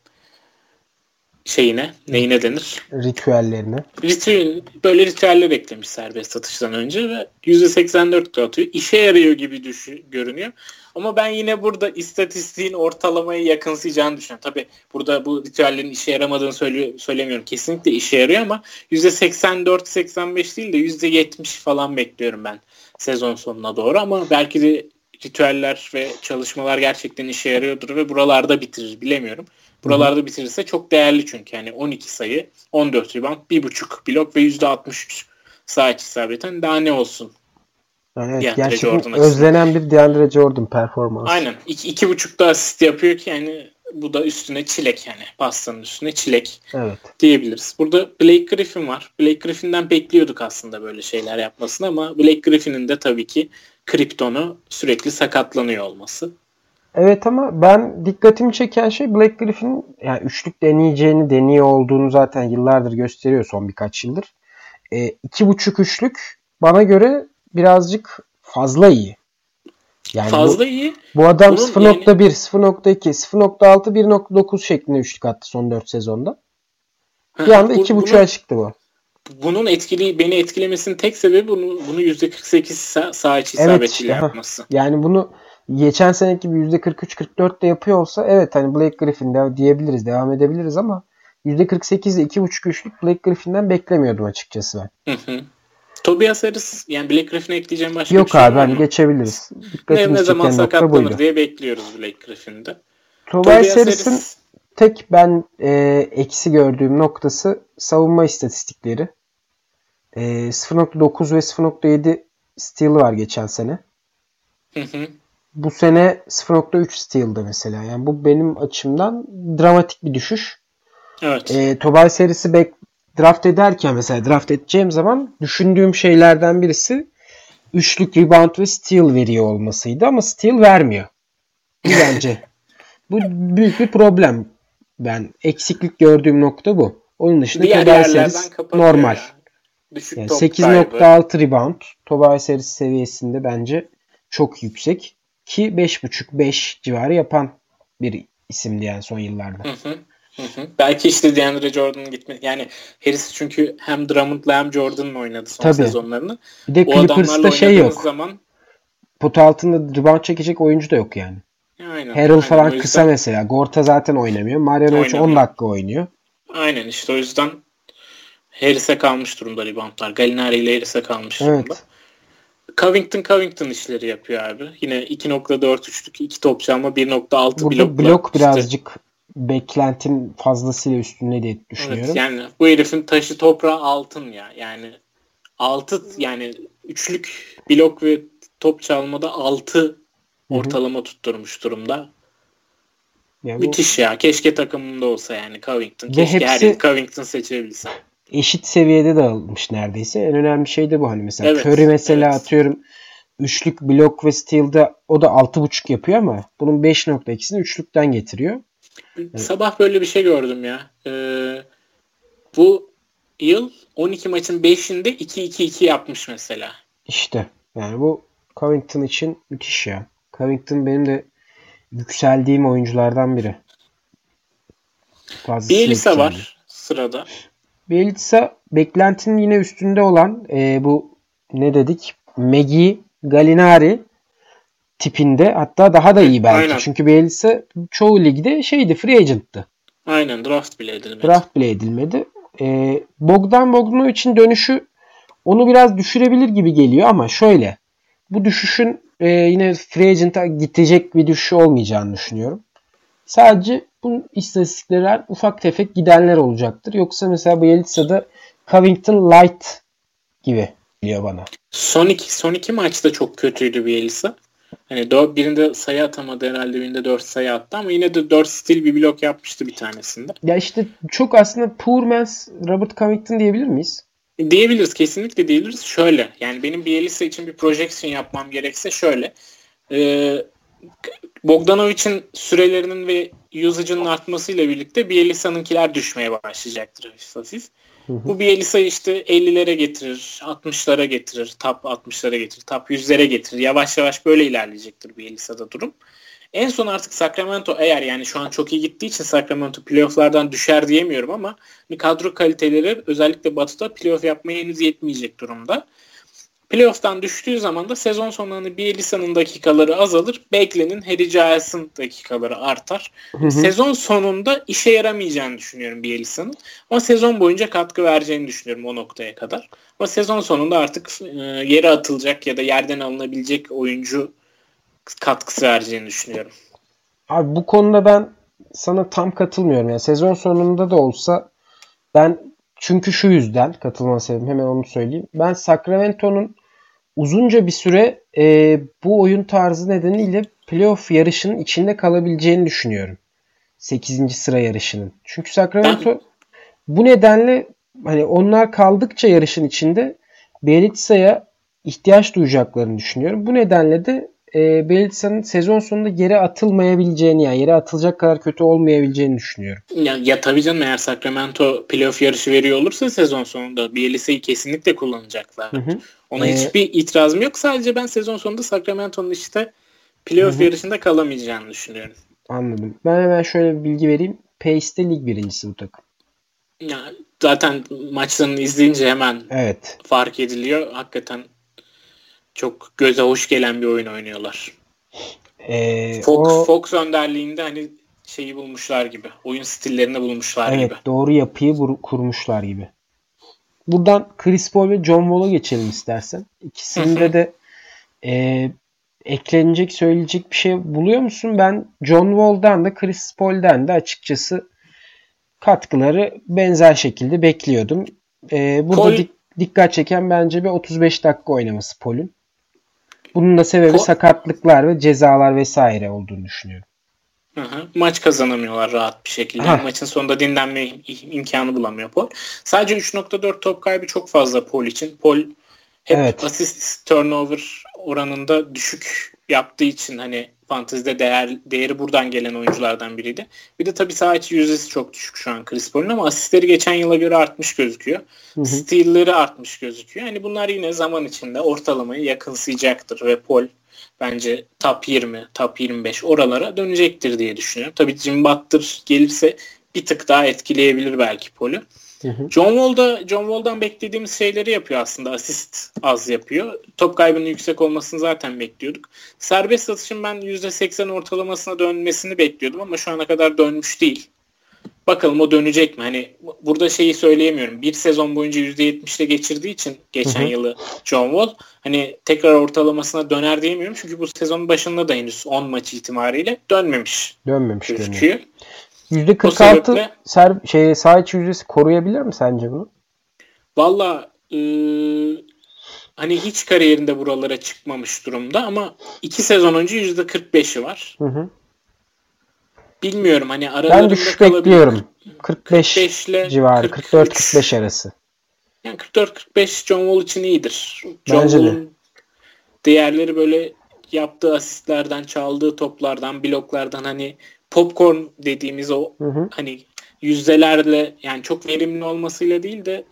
Neyine denir? Ritüellerine. Böyle ritüeller eklemiş serbest atıştan önce ve %84 atıyor. İşe yarıyor gibi görünüyor. Ama ben yine burada istatistiğin ortalamaya yakınsayacağını düşünüyorum. Tabii burada bu ritüellerin işe yaramadığını söylemiyorum. Kesinlikle işe yarıyor ama %84-85 değil de %70 falan bekliyorum ben sezon sonuna doğru. Ama belki de ritüeller ve çalışmalar gerçekten işe yarıyordur ve buralarda bitirir bilemiyorum. Buralarda bitirirse çok değerli çünkü. Yani 12 sayı, 14 rebound, 1.5 blok ve %63 sağ iç isabeten daha ne olsun? Evet, gerçekten özlenen bir DeAndre Jordan performansı. Aynen. 2.5'da asist yapıyor ki yani Bu da üstüne çilek, yani pastanın üstüne çilek Evet. diyebiliriz. Burada Blake Griffin var. Blake Griffin'den bekliyorduk aslında böyle şeyler yapmasını ama Blake Griffin'in de tabii ki kriptonu sürekli sakatlanıyor olması. Evet ama ben dikkatimi çeken şey Blake Griffin'in yani üçlük deniyor olduğunu zaten yıllardır gösteriyor, son birkaç yıldır. 2.5 üçlük bana göre birazcık fazla iyi. Yani Fazla iyi. Bu adam Bunun 0.1, 0.2, 0.6, 1.9 şeklinde üçlük attı son 4 sezonda. Bir anda 2.5'a çıktı bu. Bunun beni etkilemesinin tek sebebi bunu %48 saha içi isabetiyle yapması. Yani bunu geçen seneki gibi %43-44 de yapıyor olsa evet hani Blake Griffin de diyebiliriz, devam edebiliriz ama %48'de 2.5 üçlük Blake Griffin'den beklemiyordum açıkçası ben. Tobias Harris, yani Blake Griffin'e ekleyeceğim başka yok bir şey var mı? Yok abi, geçebiliriz. Ne zaman sakatlanır diye bekliyoruz Blake Griffin'de. Tobias Harris'in tek ben eksi gördüğüm noktası savunma istatistikleri. 0.9 ve 0.7 steal var geçen sene. Bu sene 0.3 steal'dı mesela. Yani bu benim açımdan dramatik bir düşüş. Evet. Tobias Harris'i draft ederken mesela draft edeceğim zaman düşündüğüm şeylerden birisi üçlük, rebound ve steal veriyor olmasıydı ama steal vermiyor. Bu bence. Bu büyük bir problem. Ben eksiklik gördüğüm nokta bu. Onun dışında Tobias Harris normal. Yani 8.6 rebound Tobias Harris seviyesinde bence çok yüksek. Ki 5.5-5 civarı yapan bir isimdi yani son yıllarda. Belki işte DeAndre Jordan'ın gitmesi. Yani Harris çünkü hem Drummond'la hem Jordan'la oynadı son sezonlarını. Bir de Clippers'ta yok. Pot altında rebound çekecek oyuncu da yok yani. Aynen. Harrell falan kısa mesela. Gorta zaten oynamıyor. Marjanovic 10 dakika oynuyor. Aynen işte o yüzden Harris'e kalmış durumda reboundlar. Gallinari ile Harris'e kalmış durumda. Covington işleri yapıyor abi. Yine 2.4 üçlük, 2 top çalma, 1.6 blokla. Burada blok birazcık beklentin fazlasıyla üstünde diye düşünüyorum. Evet, yani bu herifin taşı toprağı altın ya. Yani 6 yani üçlük, blok ve top çalmada 6 ortalama tutturmuş durumda. Yani müthiş ya. Keşke takımımda olsa yani Covington. Keşke her yıl Covington seçebilsem. Eşit seviyede dağılmış neredeyse. En önemli şey de bu hani mesela. Curry mesela atıyorum üçlük, blok ve steal'da o da 6.5 yapıyor ama bunun 5.2'sini üçlükten getiriyor. Sabah böyle bir şey gördüm ya. Bu yıl 12 maçın 5'inde 2-2-2 yapmış mesela. İşte yani bu Covington için müthiş ya. Covington benim de yükseldiğim oyunculardan biri. Bielitsa var sırada. Bielitsa beklentinin yine üstünde olan bu ne dedik? Megi, Gallinari tipinde, hatta daha da iyi belki. Aynen. Çünkü Bielitsa çoğu ligde free agent'tı. Aynen, draft bile edilmedi. Bogdan Bogdanovic'in dönüşü onu biraz düşürebilir gibi geliyor ama şöyle. Bu düşüşün yine free agent'a gidecek bir düşüş olmayacağını düşünüyorum. Sadece bu istatistikler ufak tefek gidenler olacaktır. Yoksa mesela Bielitsa'da Covington Light gibi geliyor bana. Son iki maçta çok kötüydü Bielitsa. Hani birinde sayı atamadı herhalde, birinde 4 sayı attı ama yine de 4 steal bir blok yapmıştı bir tanesinde. Ya işte çok aslında poor man's Robert Covington diyebilir miyiz? Diyebiliriz, kesinlikle diyebiliriz. Şöyle, yani benim Bielitsa için bir projection yapmam gerekse şöyle. Bogdanovic'in sürelerinin ve usage'ının artmasıyla birlikte Bielitsa'nınkiler düşmeye başlayacaktır hafif. Bu Bielitsa'yı işte 50'lere getirir, 60'lara getirir, top 60'lara getirir, top 100'lere getirir. Yavaş yavaş böyle ilerleyecektir Bielitsa'da durum. En son artık Sacramento, eğer yani şu an çok iyi gittiği için Sacramento playoff'lardan düşer diyemiyorum ama kadro kaliteleri özellikle Batı'da playoff yapmaya henüz yetmeyecek durumda. Playoff'tan düştüğü zaman da sezon sonlarında Bielitsa'nın dakikaları azalır. Bagley'nin, Harry Giles'ın dakikaları artar. Sezon sonunda işe yaramayacağını düşünüyorum Bielitsa'nın. Ama sezon boyunca katkı vereceğini düşünüyorum o noktaya kadar. Ama sezon sonunda artık yere atılacak ya da yerden alınabilecek oyuncu katkısı vereceğini düşünüyorum. Abi bu konuda ben sana tam katılmıyorum. Yani sezon sonunda da olsa ben, çünkü şu yüzden katılma sebebim, hemen onu söyleyeyim. Ben Sacramento'nun uzunca bir süre bu oyun tarzı nedeniyle playoff yarışının içinde kalabileceğini düşünüyorum. 8. sıra yarışının. Çünkü Sacramento bu nedenle hani onlar kaldıkça yarışın içinde Bjelitza'ya ihtiyaç duyacaklarını düşünüyorum. Bu nedenle de Bjelitza'nın sezon sonunda yere atılmayabileceğini, yani yere atılacak kadar kötü olmayabileceğini düşünüyorum. Ya tabii canım, eğer Sacramento playoff yarışı veriyor olursa sezon sonunda Bjelitza'yı kesinlikle kullanacaklar. Ona hiçbir itirazım yok. Sadece ben sezon sonunda Sacramento'nun işte playoff yarışında kalamayacağını düşünüyorum. Anladım. Ben hemen şöyle bir bilgi vereyim. Pace'te lig birincisi bu takım. Ya, zaten maçlarını izleyince hemen fark ediliyor. Hakikaten çok göze hoş gelen bir oyun oynuyorlar. Fox önderliğinde hani şeyi bulmuşlar gibi. Oyun stillerini bulmuşlar gibi. Evet, doğru yapıyı kurmuşlar gibi. Buradan Chris Paul ve John Wall'a geçelim istersen. İkisinde de eklenecek, söyleyecek bir şey buluyor musun? Ben John Wall'dan da Chris Paul'den de açıkçası katkıları benzer şekilde bekliyordum. Burada dikkat çeken bence bir 35 dakika oynaması Paul'ün. Bunun da sebebi sakatlıklar ve cezalar vesaire olduğunu düşünüyorum. Maç kazanamıyorlar rahat bir şekilde. Maçın sonunda dinlenme imkanı bulamıyor Paul. Sadece 3.4 top kaybı çok fazla Paul için. Paul hep asist turnover oranında düşük yaptığı için hani fantezide değeri buradan gelen oyunculardan biriydi. Bir de tabii saha içi yüzdesi çok düşük şu an Chris Paul'un, ama asistleri geçen yıla göre artmış gözüküyor. Steal'leri artmış gözüküyor. Yani bunlar yine zaman içinde ortalamayı yakınsayacaktır ve Paul bence top 20, top 25 oralara dönecektir diye düşünüyorum. Tabii Jim Butler gelirse bir tık daha etkileyebilir belki Paul'ü. John Wall'dan beklediğimiz şeyleri yapıyor aslında. Asist az yapıyor. Top kaybının yüksek olmasını zaten bekliyorduk. Serbest atışın ben %80 ortalamasına dönmesini bekliyordum ama şu ana kadar dönmüş değil. Bakalım o dönecek mi? Hani burada şeyi söyleyemiyorum. Bir sezon boyunca %70'le geçirdiği için geçen yılı John Wall hani tekrar ortalamasına döner diyemiyorum. Çünkü bu sezonun başında da henüz 10 maç itibariyle dönmemiş gözüküyor. %46 saha içi yüzdesi koruyabilir mi sence bunu? Valla hani hiç kariyerinde buralara çıkmamış durumda ama 2 sezon önce %45'i var. Bilmiyorum hani aralarında ben düşük bekliyorum. 45 civarı. 44-45 arası. Yani 44-45 John Wall için iyidir. John Wall'un değerleri böyle yaptığı asistlerden, çaldığı toplardan, bloklardan, hani popcorn dediğimiz o hani yüzdelerle, yani çok verimli olmasıyla değil de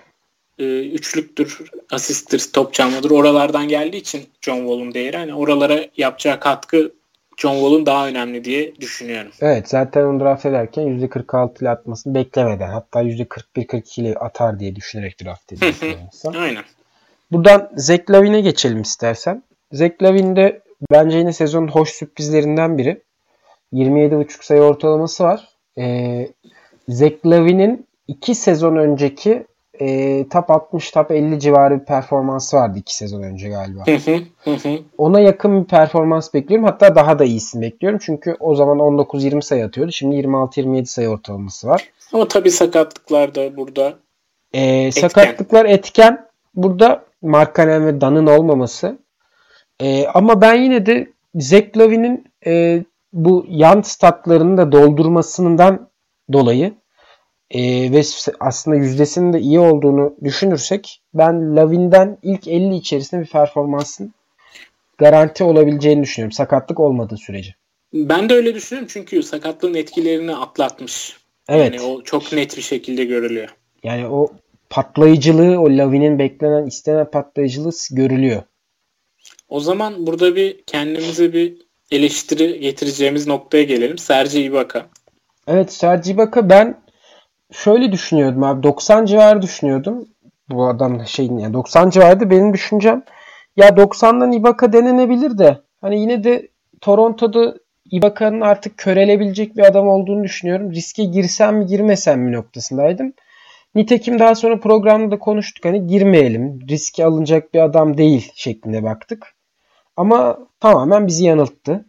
üçlüktür, asisttir, top çalmadır, oralardan geldiği için John Wall'un değeri, hani oralara yapacağı katkı John Wall'un daha önemli diye düşünüyorum. Evet, zaten onu draft ederken %46 ile atmasını beklemeden, hatta %41-42 ile atar diye düşünerek draft ediyorsun. Aynen. Buradan Zach LaVine'e geçelim istersen. Zach LaVine de bence yine sezonun hoş sürprizlerinden biri. 27.5 sayı ortalaması var. Zach LaVine'in 2 sezon önceki top 60, top 50 civarı bir performansı vardı 2 sezon önce galiba. Ona yakın bir performans bekliyorum. Hatta daha da iyisini bekliyorum. Çünkü o zaman 19-20 sayı atıyordu. Şimdi 26-27 sayı ortalaması var. Ama tabii sakatlıklar da burada sakatlıklar etken. Burada Markkanen ve Dunn'ın olmaması. Ama ben yine de Zach LaVine'in bu yan statlarını da doldurmasından dolayı ve aslında yüzdesinin de iyi olduğunu düşünürsek ben LaVine'den ilk 50 içerisinde bir performansın garanti olabileceğini düşünüyorum. Sakatlık olmadığı sürece. Ben de öyle düşünüyorum çünkü sakatlığın etkilerini atlatmış. Evet. Yani o çok net bir şekilde görülüyor. Yani o patlayıcılığı, o LaVine'in beklenen, istenen patlayıcılığı görülüyor. O zaman burada bir kendimize bir eleştiri getireceğimiz noktaya gelelim. Serge Ibaka. Evet, Serge Ibaka, ben şöyle düşünüyordum abi. 90 civarı düşünüyordum. Bu adam yani 90 civarıydı benim düşüncem. Ya 90'dan Ibaka denenebilir de hani yine de Toronto'da Ibaka'nın artık körelebilecek bir adam olduğunu düşünüyorum. Riske girsem mi girmesem mi noktasındaydım. Nitekim daha sonra programda da konuştuk. Hani girmeyelim. Riske alınacak bir adam değil şeklinde baktık. Ama tamamen bizi yanılttı.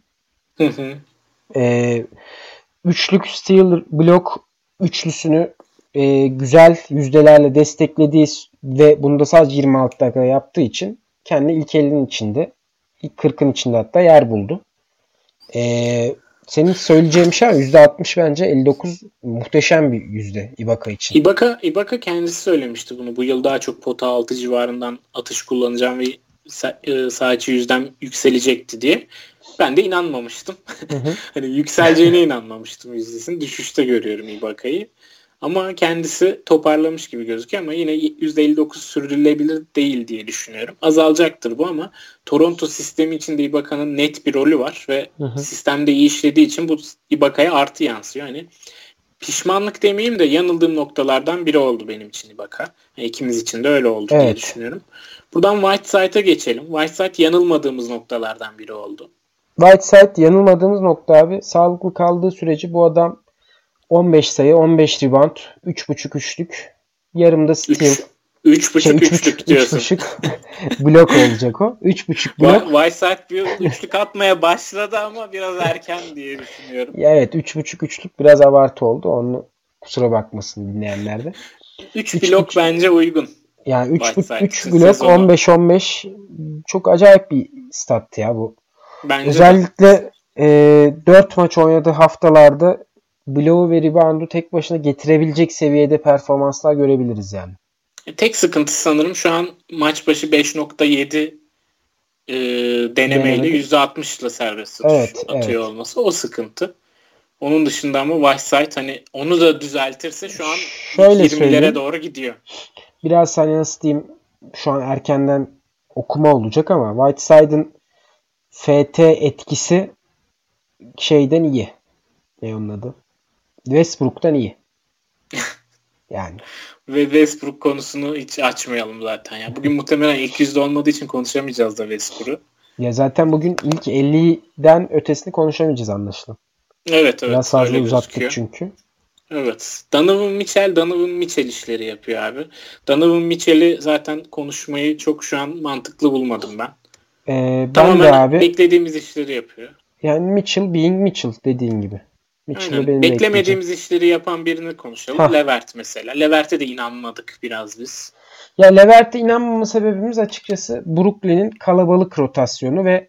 Üçlük steal blok üçlüsünü güzel yüzdelerle desteklediği ve bunu da sadece 26 dakikada yaptığı için kendi ilk 50'nin içinde, ilk 40'ın içinde hatta yer buldu. senin söyleyeceğin şey %60 bence 59 muhteşem bir yüzde Ibaka için. Ibaka kendisi söylemişti bunu. Bu yıl daha çok pota altı civarından atış kullanacağım ve sağ içi yüzden yükselecekti diye. Ben de inanmamıştım. Hani yükseleceğine inanmamıştım yüzdesini. Düşüşte görüyorum Ibaka'yı. Ama kendisi toparlamış gibi gözüküyor ama yine %59 sürdürülebilir değil diye düşünüyorum. Azalacaktır bu ama Toronto sistemi içinde Ibaka'nın net bir rolü var ve sistemde iyi işlediği için bu Ibaka'ya artı yansıyor. Hani pişmanlık demeyeyim de yanıldığım noktalardan biri oldu benim için Ibaka. Yani ikimiz için de öyle oldu diye düşünüyorum. Buradan Whiteside'a geçelim. Whiteside yanılmadığımız noktalardan biri oldu. Whiteside yanılmadığımız nokta abi. Sağlıklı kaldığı sürece bu adam 15 sayı, 15 rebound, 3.5 üçlük, yarımda steal. 3.5 üçlük diyorsun. 3.5 blok olacak o. 3.5 blok. Whiteside bir üçlük atmaya başladı ama biraz erken diye düşünüyorum. Evet, 3.5 üçlük biraz abartı oldu. Onu kusura bakmasın dinleyenler de. 3 blok bence uygun. Yani 3 blok 15-15 çok acayip bir stattı ya bu. Bence özellikle 4 maç oynadığı haftalarda bloğu ve reboundu tek başına getirebilecek seviyede performanslar görebiliriz yani. Tek sıkıntısı sanırım şu an maç başı 5.7 denemeyle %60 ile serbest atıyor olması. O sıkıntı. Onun dışında ama Whiteside hani onu da düzeltirse şu an 20'lere doğru gidiyor. Biraz hani nasıl diyeyim, şu an erkenden okuma olacak ama Whiteside'ın FT etkisi şeyden iyi. Ne onun adı? Westbrook'tan iyi. Yani. Ve Westbrook konusunu hiç açmayalım zaten. Yani bugün muhtemelen ilk yüzde olmadığı için konuşamayacağız da Westbrook'u. Ya zaten bugün ilk 50'den ötesini konuşamayacağız anlaşılan. Evet. Biraz fazla uzattık çünkü. Evet. Donovan Mitchell işleri yapıyor abi. Donovan Mitchell'i zaten konuşmayı çok şu an mantıklı bulmadım ben. Ben de abi. Beklediğimiz işleri yapıyor. Yani Mitchell being Mitchell dediğin gibi. Beklemediğimiz işleri yapan birini konuşalım. Levert mesela. Levert'e de inanmadık biraz biz. Ya Levert'e inanmama sebebimiz açıkçası Brooklyn'in kalabalık rotasyonu ve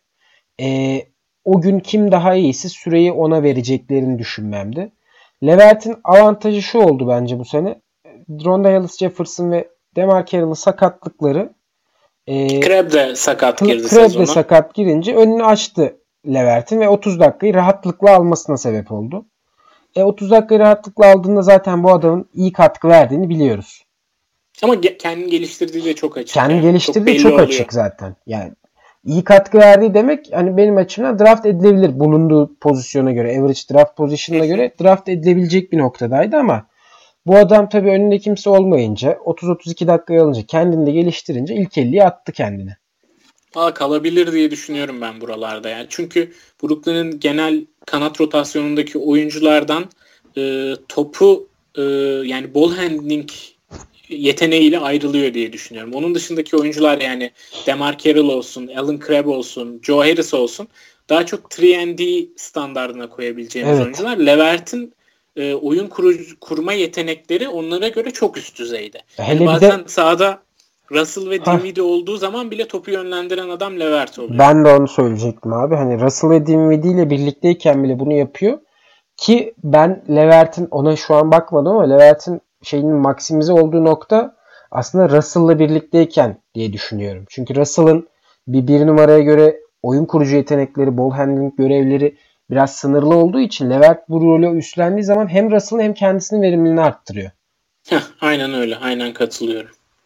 o gün kim daha iyisi süreyi ona vereceklerini düşünmemdi. Levert'in avantajı şu oldu bence bu sene. Ronda Hollis-Jefferson ve DeMar Carroll'ın sakatlıkları Crabbe de sakat girdi sezona. Crabbe de sakat girince önünü açtı Levert'in ve 30 dakikayı rahatlıkla almasına sebep oldu. 30 dakikayı rahatlıkla aldığında zaten bu adamın iyi katkı verdiğini biliyoruz. Ama kendini geliştirdiği de çok açık. Kendini geliştirdiği çok açık zaten. Yani iyi katkı verdiği demek hani benim açımdan draft edilebilir bulunduğu pozisyona göre, average draft pozisyonuna göre draft edilebilecek bir noktadaydı ama bu adam tabii önünde kimse olmayınca 30-32 dakikayı alınca kendini de geliştirince ilk 50'ye attı kendini. Kalabilir diye düşünüyorum ben buralarda yani. Çünkü Brooklyn'in genel kanat rotasyonundaki oyunculardan topu yani ball handling yeteneğiyle ayrılıyor diye düşünüyorum. Onun dışındaki oyuncular yani DeMar Carroll olsun, Allen Crabbe olsun, Joe Harris olsun daha çok 3&D standardına koyabileceğimiz oyuncular. Levert'in oyun kurma yetenekleri onlara göre çok üst düzeyde. Yani bazen sahada Russell ve Dinwiddie olduğu zaman bile topu yönlendiren adam Levert oluyor. Ben de onu söyleyecektim abi. Hani Russell ve Dinwiddie ile birlikteyken bile bunu yapıyor. Ki ben Levert'in ona şu an bakmadım ama Levert'in şeyinin maksimize olduğu nokta aslında Russell'la birlikteyken diye düşünüyorum. Çünkü Russell'ın bir numaraya göre oyun kurucu yetenekleri, ball handling görevleri biraz sınırlı olduğu için Levert bu rolü üstlendiği zaman hem Russell'ın hem kendisinin verimliliğini arttırıyor. Aynen öyle. Aynen katılıyorum.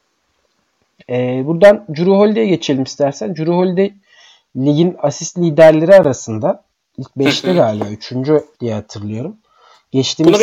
Buradan Jrue Holiday'e geçelim istersen. Jrue Holiday ligin asist liderleri arasında ilk 5'te galiba 3. diye hatırlıyorum. Geçtiğimiz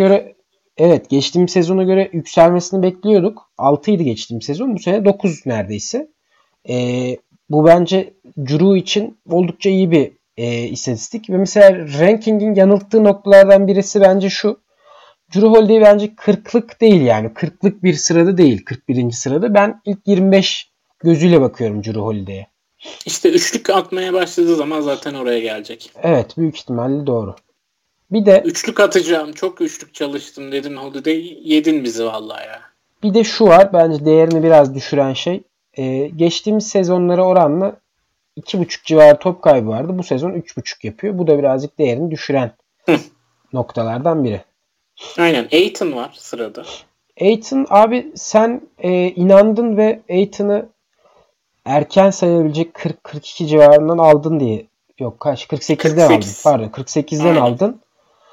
sezona göre yükselmesini bekliyorduk. 6 idi geçtiğimiz sezon. Bu sene 9 neredeyse. Bu bence Jrue için oldukça iyi bir istatistik. Ve mesela rankingin yanılttığı noktalardan birisi bence şu. Jrue Holiday bence 40'lık değil yani. 40'lık bir sırada değil. 41. sırada. Ben ilk 25 gözüyle bakıyorum Jrue Holiday'e. İşte üçlük atmaya başladığı zaman zaten oraya gelecek. Evet, büyük ihtimalle doğru. Bir de üçlük atacağım. Çok üçlük çalıştım dedin Holiday. Yedin bizi vallahi ya. Bir de şu var. Bence değerini biraz düşüren şey. Geçtiğimiz sezonlara oranla 2,5 civarı top kaybı vardı. Bu sezon 3,5 yapıyor. Bu da birazcık değerini düşüren noktalardan biri. Aynen. Ayton var sırada. Ayton abi sen inandın ve Ayton'ı erken sayılabilecek 40-42 civarından aldın diye. Yok kaç? 48'den 48. aldın. Pardon 48'den Aynen. aldın.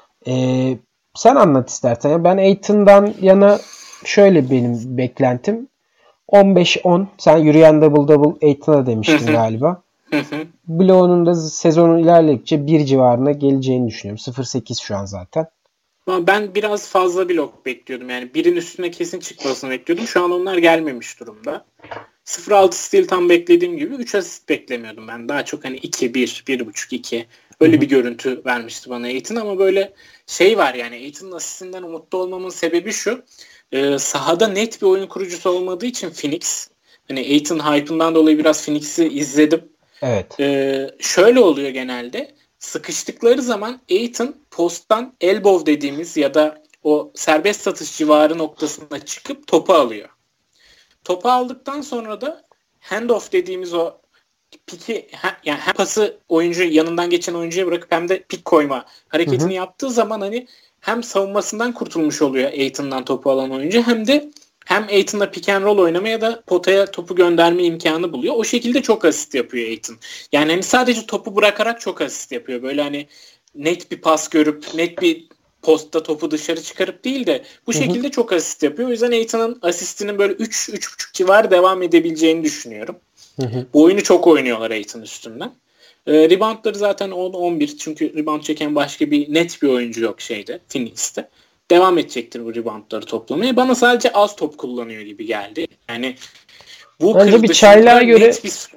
Sen anlat istersen. Ben Ayton'dan yana şöyle benim beklentim. 15-10. Sen yürüyen double double Ayton'a demiştin galiba. Bloğunun da sezonun ilerledikçe 1 civarına geleceğini düşünüyorum. 0.8 şu an zaten. Ama ben biraz fazla blok bekliyordum. Yani birin üstüne kesin çıkmasını bekliyordum. Şu an onlar gelmemiş durumda. 0.6 steal tam beklediğim gibi 3 asist beklemiyordum ben. Daha çok hani 2, 1, 1.5, 2 öyle bir görüntü vermişti bana Ayton ama böyle şey var yani Ayton'un asistinden umutlu olmamın sebebi şu. Sahada net bir oyun kurucusu olmadığı için Phoenix hani Ayton hype'ından dolayı biraz Phoenix'i izledim. Evet. Şöyle oluyor genelde. Sıkıştıkları zaman Ayton posttan elbow dediğimiz ya da o serbest satış civarı noktasına çıkıp topu alıyor. Topu aldıktan sonra da handoff dediğimiz o piki yani hem pası oyuncu yanından geçen oyuncuya bırakıp hem de pik koyma hareketini yaptığı zaman hani hem savunmasından kurtulmuş oluyor Ayton'dan topu alan oyuncu hem de hem Ayton'la pick and roll oynama ya da potaya topu gönderme imkanı buluyor. O şekilde çok asist yapıyor Ayton. Yani hani sadece topu bırakarak çok asist yapıyor. Böyle hani net bir pas görüp net bir postta topu dışarı çıkarıp değil de bu şekilde çok asist yapıyor. O yüzden Ayton'un asistinin böyle 3-3.5 civarı devam edebileceğini düşünüyorum. Bu oyunu çok oynuyorlar Ayton üstünden. Reboundları zaten 10-11 çünkü rebound çeken başka bir net bir oyuncu yok Phoenix'te. Devam edecektir bu reboundları toplamaya. Bana sadece az top kullanıyor gibi geldi. Yani bu bence bir çaylığa göre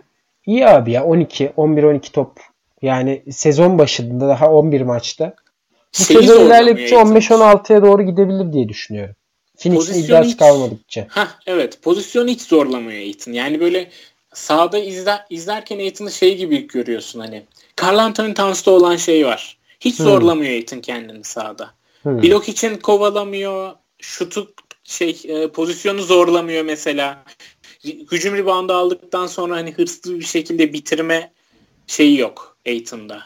iyi abi ya 11-12 top. Yani sezon başında daha 11 maçta. Bu sezon ilerledikçe 15-16'ya doğru gidebilir diye düşünüyorum. Phoenix'in iddiası kalmadıkça. Evet. Pozisyonu hiç zorlamıyor Ayton. Yani böyle sahada izlerken Ayton'ı şey gibi görüyorsun hani. Karl Anthony Towns'ta olan şey var. Hiç zorlamıyor Ayton kendini sahada. Blok için kovalamıyor. Şutu pozisyonu zorlamıyor mesela. Hücum reboundu aldıktan sonra hani hırslı bir şekilde bitirme şeyi yok Ayton'da.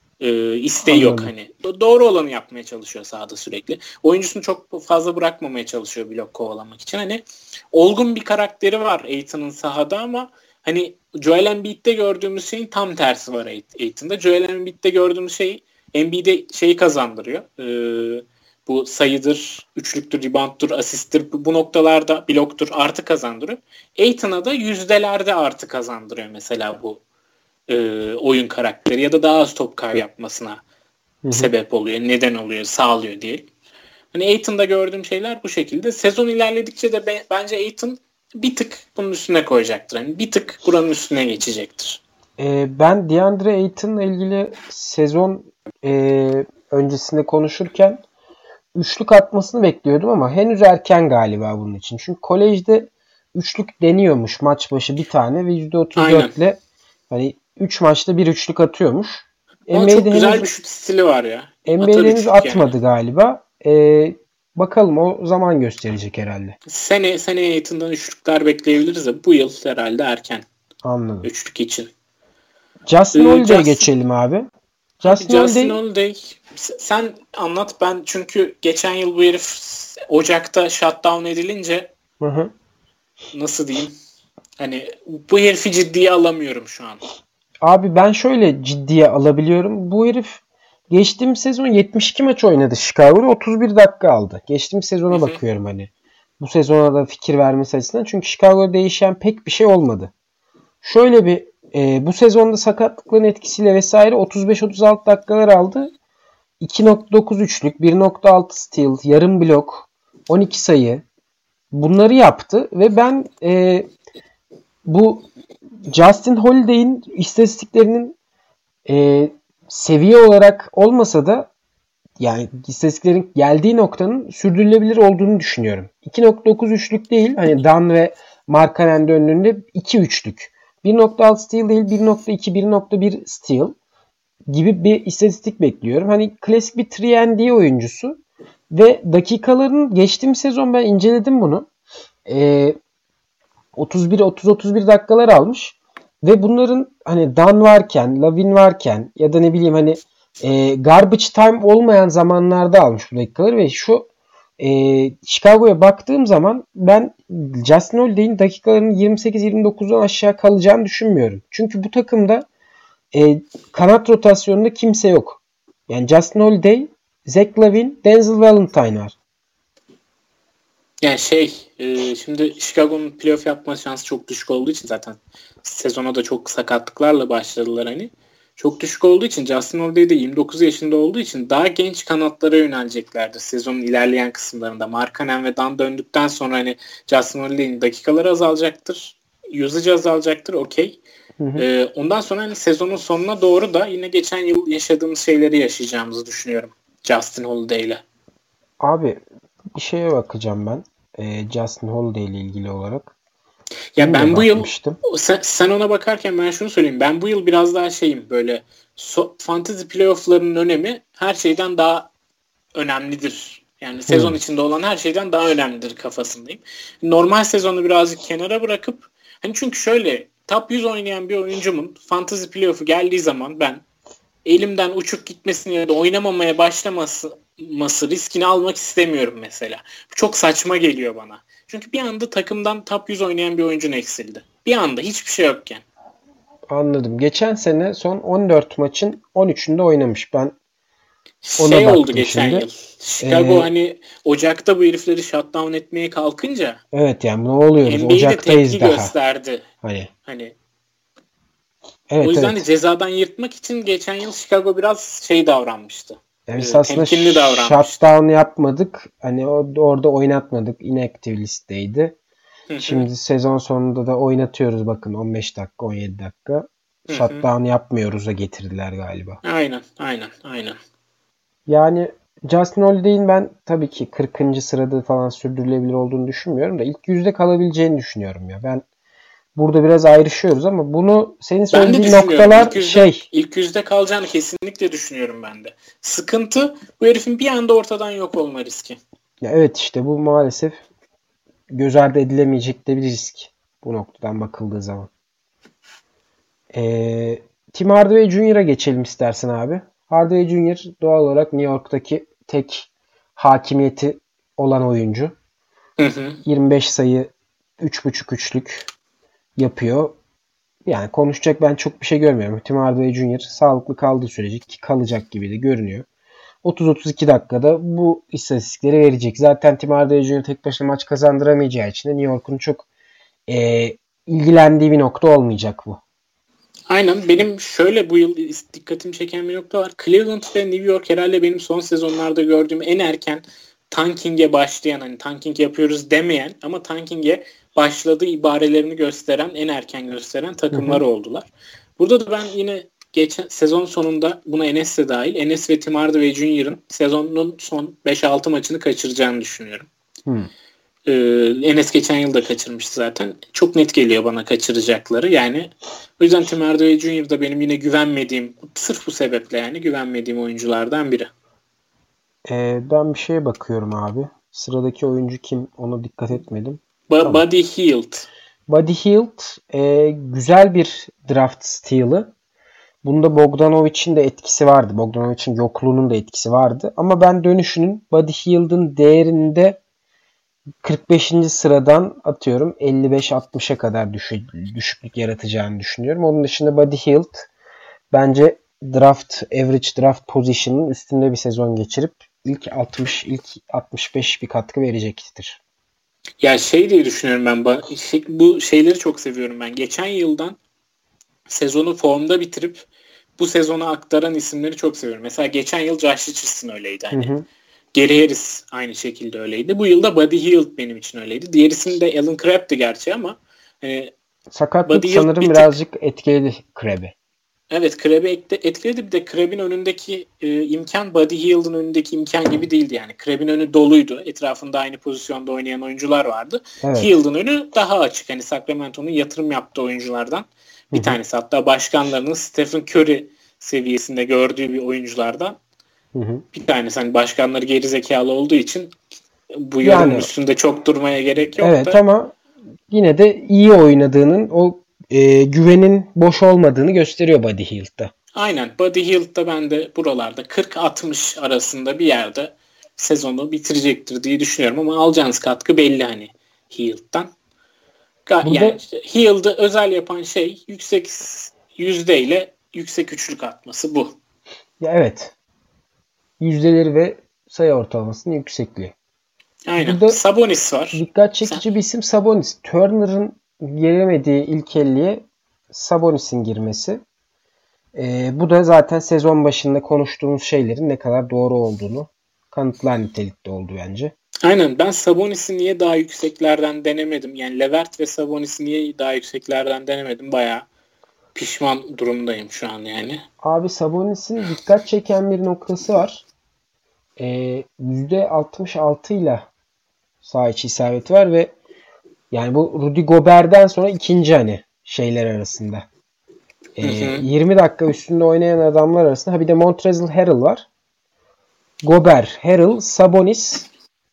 İsteği yok hani. Doğru olanı yapmaya çalışıyor sahada sürekli. Oyuncusunu çok fazla bırakmamaya çalışıyor blok kovalamak için. Hani olgun bir karakteri var Ayton'un sahada ama hani Joel Embiid'de gördüğümüz şeyin tam tersi var Ayton'da. Joel Embiid'de gördüğümüz şey Embiid'e şeyi kazandırıyor. Bu sayıdır, üçlüktür, reboundtur, asisttir bu noktalarda bloktur artı kazandırıyor. Ayton'a da yüzdelerde artı kazandırıyor mesela bu oyun karakteri ya da daha az top kaybı yapmasına sebep oluyor, neden oluyor, sağlıyor diyelim. Hani Ayton'da gördüğüm şeyler bu şekilde. Sezon ilerledikçe de bence Ayton bir tık bunun üstüne koyacaktır. Yani bir tık buranın üstüne geçecektir. Ben DeAndre Ayton'la ilgili sezon öncesinde konuşurken üçlük atmasını bekliyordum ama henüz erken galiba bunun için. Çünkü kolejde üçlük deniyormuş maç başı bir tane ve %34 ile hani 3 maçta bir üçlük atıyormuş. Ama çok güzel bir şut stili var ya. NBA'de henüz atmadı galiba. Bakalım o zaman gösterecek herhalde. Seneye Ayton'dan üçlükler bekleyebiliriz de bu yıl herhalde erken. Anladım. Üçlük için. Justin Holiday'e geçelim abi. Justin Holiday sen anlat ben çünkü geçen yıl bu herif Ocak'ta shutdown edilince nasıl diyeyim hani bu herifi ciddiye alamıyorum şu an. Abi ben şöyle ciddiye alabiliyorum. Bu herif geçtiğimiz sezon 72 maç oynadı Chicago'da 31 dakika aldı. Geçtiğimiz sezona bakıyorum hani. Bu sezona da fikir vermesi açısından. Çünkü Chicago'da değişen pek bir şey olmadı. Şöyle bir bu sezonda sakatlıkların etkisiyle vesaire 35-36 dakikalar aldı. 2.9 üçlük, 1.6 steal, yarım blok, 12 sayı bunları yaptı ve ben bu Justin Holiday'in istatistiklerinin seviye olarak olmasa da yani istatistiklerin geldiği noktanın sürdürülebilir olduğunu düşünüyorum. 2.9 üçlük değil. Hani Dan ve Markkanen'de önünde 2 üçlük. 1.6 steal değil 1.2 1.1 steal gibi bir istatistik bekliyorum. Hani klasik bir 3&D oyuncusu ve dakikaların geçtiğim sezon ben inceledim bunu. 31 dakikalar almış. Ve bunların hani Dan varken, Lavin varken ya da ne bileyim hani garbage time olmayan zamanlarda almış bu dakikaları ve şu Chicago'ya baktığım zaman ben Justin Holiday'in dakikalarının 28-29'dan aşağı kalacağını düşünmüyorum. Çünkü bu takımda kanat rotasyonunda kimse yok. Yani Justin Holiday, Zach Lavin, Denzel Valentine var. Yani şimdi Chicago'nun playoff yapma şansı çok düşük olduğu için zaten sezona da çok sakatlıklarla başladılar hani. Çok düşük olduğu için Justin Holiday de 29 yaşında olduğu için daha genç kanatlara yöneleceklerdir sezonun ilerleyen kısımlarında. Markkanen ve Dan döndükten sonra hani Justin Holiday'in dakikaları azalacaktır. Usage azalacaktır. Okey. Ondan sonra hani sezonun sonuna doğru da yine geçen yıl yaşadığımız şeyleri yaşayacağımızı düşünüyorum Justin Holiday ile. Abi bir şeye bakacağım ben. Justin Holiday ile ilgili olarak. Ya ben bu yıl sen ona bakarken ben şunu söyleyeyim. Ben bu yıl biraz daha böyle fantasy playoff'ların önemi her şeyden daha önemlidir. Yani sezon içinde olan her şeyden daha önemlidir kafasındayım. Normal sezonu birazcık kenara bırakıp hani çünkü şöyle top 100 oynayan bir oyuncumun fantasy playoff'u geldiği zaman ben elimden uçup gitmesini ya da oynamamaya başlaması riskini almak istemiyorum mesela. Çok saçma geliyor bana. Çünkü bir anda takımdan top 100 oynayan bir oyuncun eksildi. Bir anda hiçbir şey yokken. Anladım. Geçen sene son 14 maçın 13'ünde oynamış. Ben ona oldu geçen şimdi. yıl. Chicago hani Ocak'ta bu herifleri shutdown etmeye kalkınca evet yani ne oluyoruz? NBA'de Ocaktayız tepki daha. gösterdi. Hani. Evet, o yüzden de cezadan yırtmak için geçen yıl Chicago biraz davranmıştı. Yani biz aslında temkinli davranmıştı. Shutdown yapmadık. Hani orada oynatmadık. Inactive listeydi. Şimdi sezon sonunda da oynatıyoruz bakın 15 dakika 17 dakika. Shutdown yapmıyoruz'a getirdiler galiba. Aynen. Yani Justin Holiday'in ben tabii ki 40. sırada falan sürdürülebilir olduğunu düşünmüyorum da ilk yüzde kalabileceğini düşünüyorum ya. Ben burada biraz ayrışıyoruz ama bunu senin söylediğin noktalar İlk yüzde kalacağını kesinlikle düşünüyorum ben de. Sıkıntı bu herifin bir anda ortadan yok olma riski. Ya evet işte bu maalesef göz ardı edilemeyecek de bir risk bu noktadan bakıldığı zaman. Tim Hardaway Jr.'a geçelim istersen abi. Hardaway Jr. doğal olarak New York'taki tek hakimiyeti olan oyuncu. 25 sayı 3.5 üçlük yapıyor. Yani konuşacak ben çok bir şey görmüyorum. Tim Hardaway Jr. sağlıklı kaldığı sürece ki kalacak gibi de görünüyor. 30-32 dakikada bu istatistikleri verecek. Zaten Tim Hardaway Jr. tek başına maç kazandıramayacağı için de New York'un çok ilgilendiği bir nokta olmayacak bu. Aynen. Benim şöyle bu yıl dikkatimi çeken bir nokta var. Cleveland ve New York herhalde benim son sezonlarda gördüğüm en erken tanking'e başlayan, hani tanking yapıyoruz demeyen ama tanking'e başladığı ibarelerini gösteren, en erken gösteren takımlar oldular. Burada da ben yine geçen sezon sonunda buna Enes de dahil, Enes ve Tim Hardaway Jr.'ın sezonun son 5-6 maçını kaçıracağını düşünüyorum. Enes geçen yıl da kaçırmıştı zaten. Çok net geliyor bana kaçıracakları. Yani o yüzden Tim Hardaway Jr. da benim yine güvenmediğim, sırf bu sebeple yani güvenmediğim oyunculardan biri. Ben bir şeye bakıyorum abi. Sıradaki oyuncu kim? Ona dikkat etmedim. Buddy Hield. Buddy Hield güzel bir draft steal'ı. Bunda Bogdanovic'in de etkisi vardı. Bogdanovic'in yokluğunun da etkisi vardı. Ama ben dönüşünün Buddy Hield'ın değerinde 45. sıradan atıyorum 55-60'a kadar düşüklük yaratacağını düşünüyorum. Onun dışında Buddy Hield bence average draft position'ın üstünde bir sezon geçirip ilk 60, ilk 65 bir katkı verecektir. Ya diye düşünüyorum ben. Bu şeyleri çok seviyorum ben. Geçen yıldan sezonu formda bitirip bu sezona aktaran isimleri çok seviyorum. Mesela geçen yıl Josh Richardson öyleydi. Hani. Gary Harris aynı şekilde öyleydi. Bu yılda Buddy Hield benim için öyleydi. Diğerisinde de Alan Crabb'ti gerçi ama sakatlık sanırım birazcık etkiledi Crabb'i. Evet, Crabb'i etkiledi. Bir de Crabb'in önündeki imkan Buddy Hield'ın önündeki imkan gibi değildi yani. Crabb'in önü doluydu. Etrafında aynı pozisyonda oynayan oyuncular vardı. Evet. Hield'ın önü daha açık. Hani Sacramento'nun yatırım yaptığı oyunculardan bir tanesi. Hatta başkanlarının Stephen Curry seviyesinde gördüğü bir oyunculardan bir tanesi. Hani başkanları geri zekalı olduğu için bu yorum üstünde çok durmaya gerek yok evet, ama yine de iyi oynadığının o güvenin boş olmadığını gösteriyor Buddy Hield'da. Aynen. Buddy Hield'da ben de buralarda 40-60 arasında bir yerde sezonu bitirecektir diye düşünüyorum ama alacağınız katkı belli hani Hield'dan. Yani işte Hield'ı özel yapan şey yüksek yüzdeyle yüksek üçlük atması bu. Ya evet. Yüzdeleri ve sayı ortalamasının yüksekliği. Aynen. Burada Sabonis var. Dikkat çekici bir isim Sabonis. Turner'ın gelemediği ilk 50'ye Sabonis'in girmesi. Bu da zaten sezon başında konuştuğumuz şeylerin ne kadar doğru olduğunu kanıtlar nitelikte oldu bence. Aynen. Ben Sabonis'i niye daha yükseklerden denemedim? Yani Levert ve Sabonis'i niye daha yükseklerden denemedim? Bayağı pişman durumdayım şu an yani. Abi Sabonis'in dikkat çeken bir noktası var. %66 ile sağ içi isabeti var ve yani bu Rudy Gobert'den sonra ikinci hani şeyler arasında. 20 dakika üstünde oynayan adamlar arasında. Bir de Montrezl Harrell var. Gobert, Harrell, Sabonis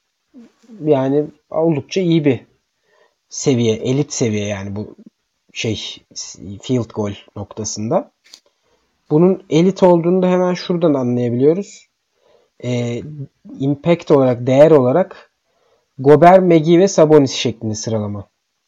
yani oldukça iyi bir seviye, elit seviye yani bu field goal noktasında. Bunun elit olduğunu da hemen şuradan anlayabiliyoruz. Impact olarak, değer olarak Gobert, McGee ve Sabonis şeklinde sıralama.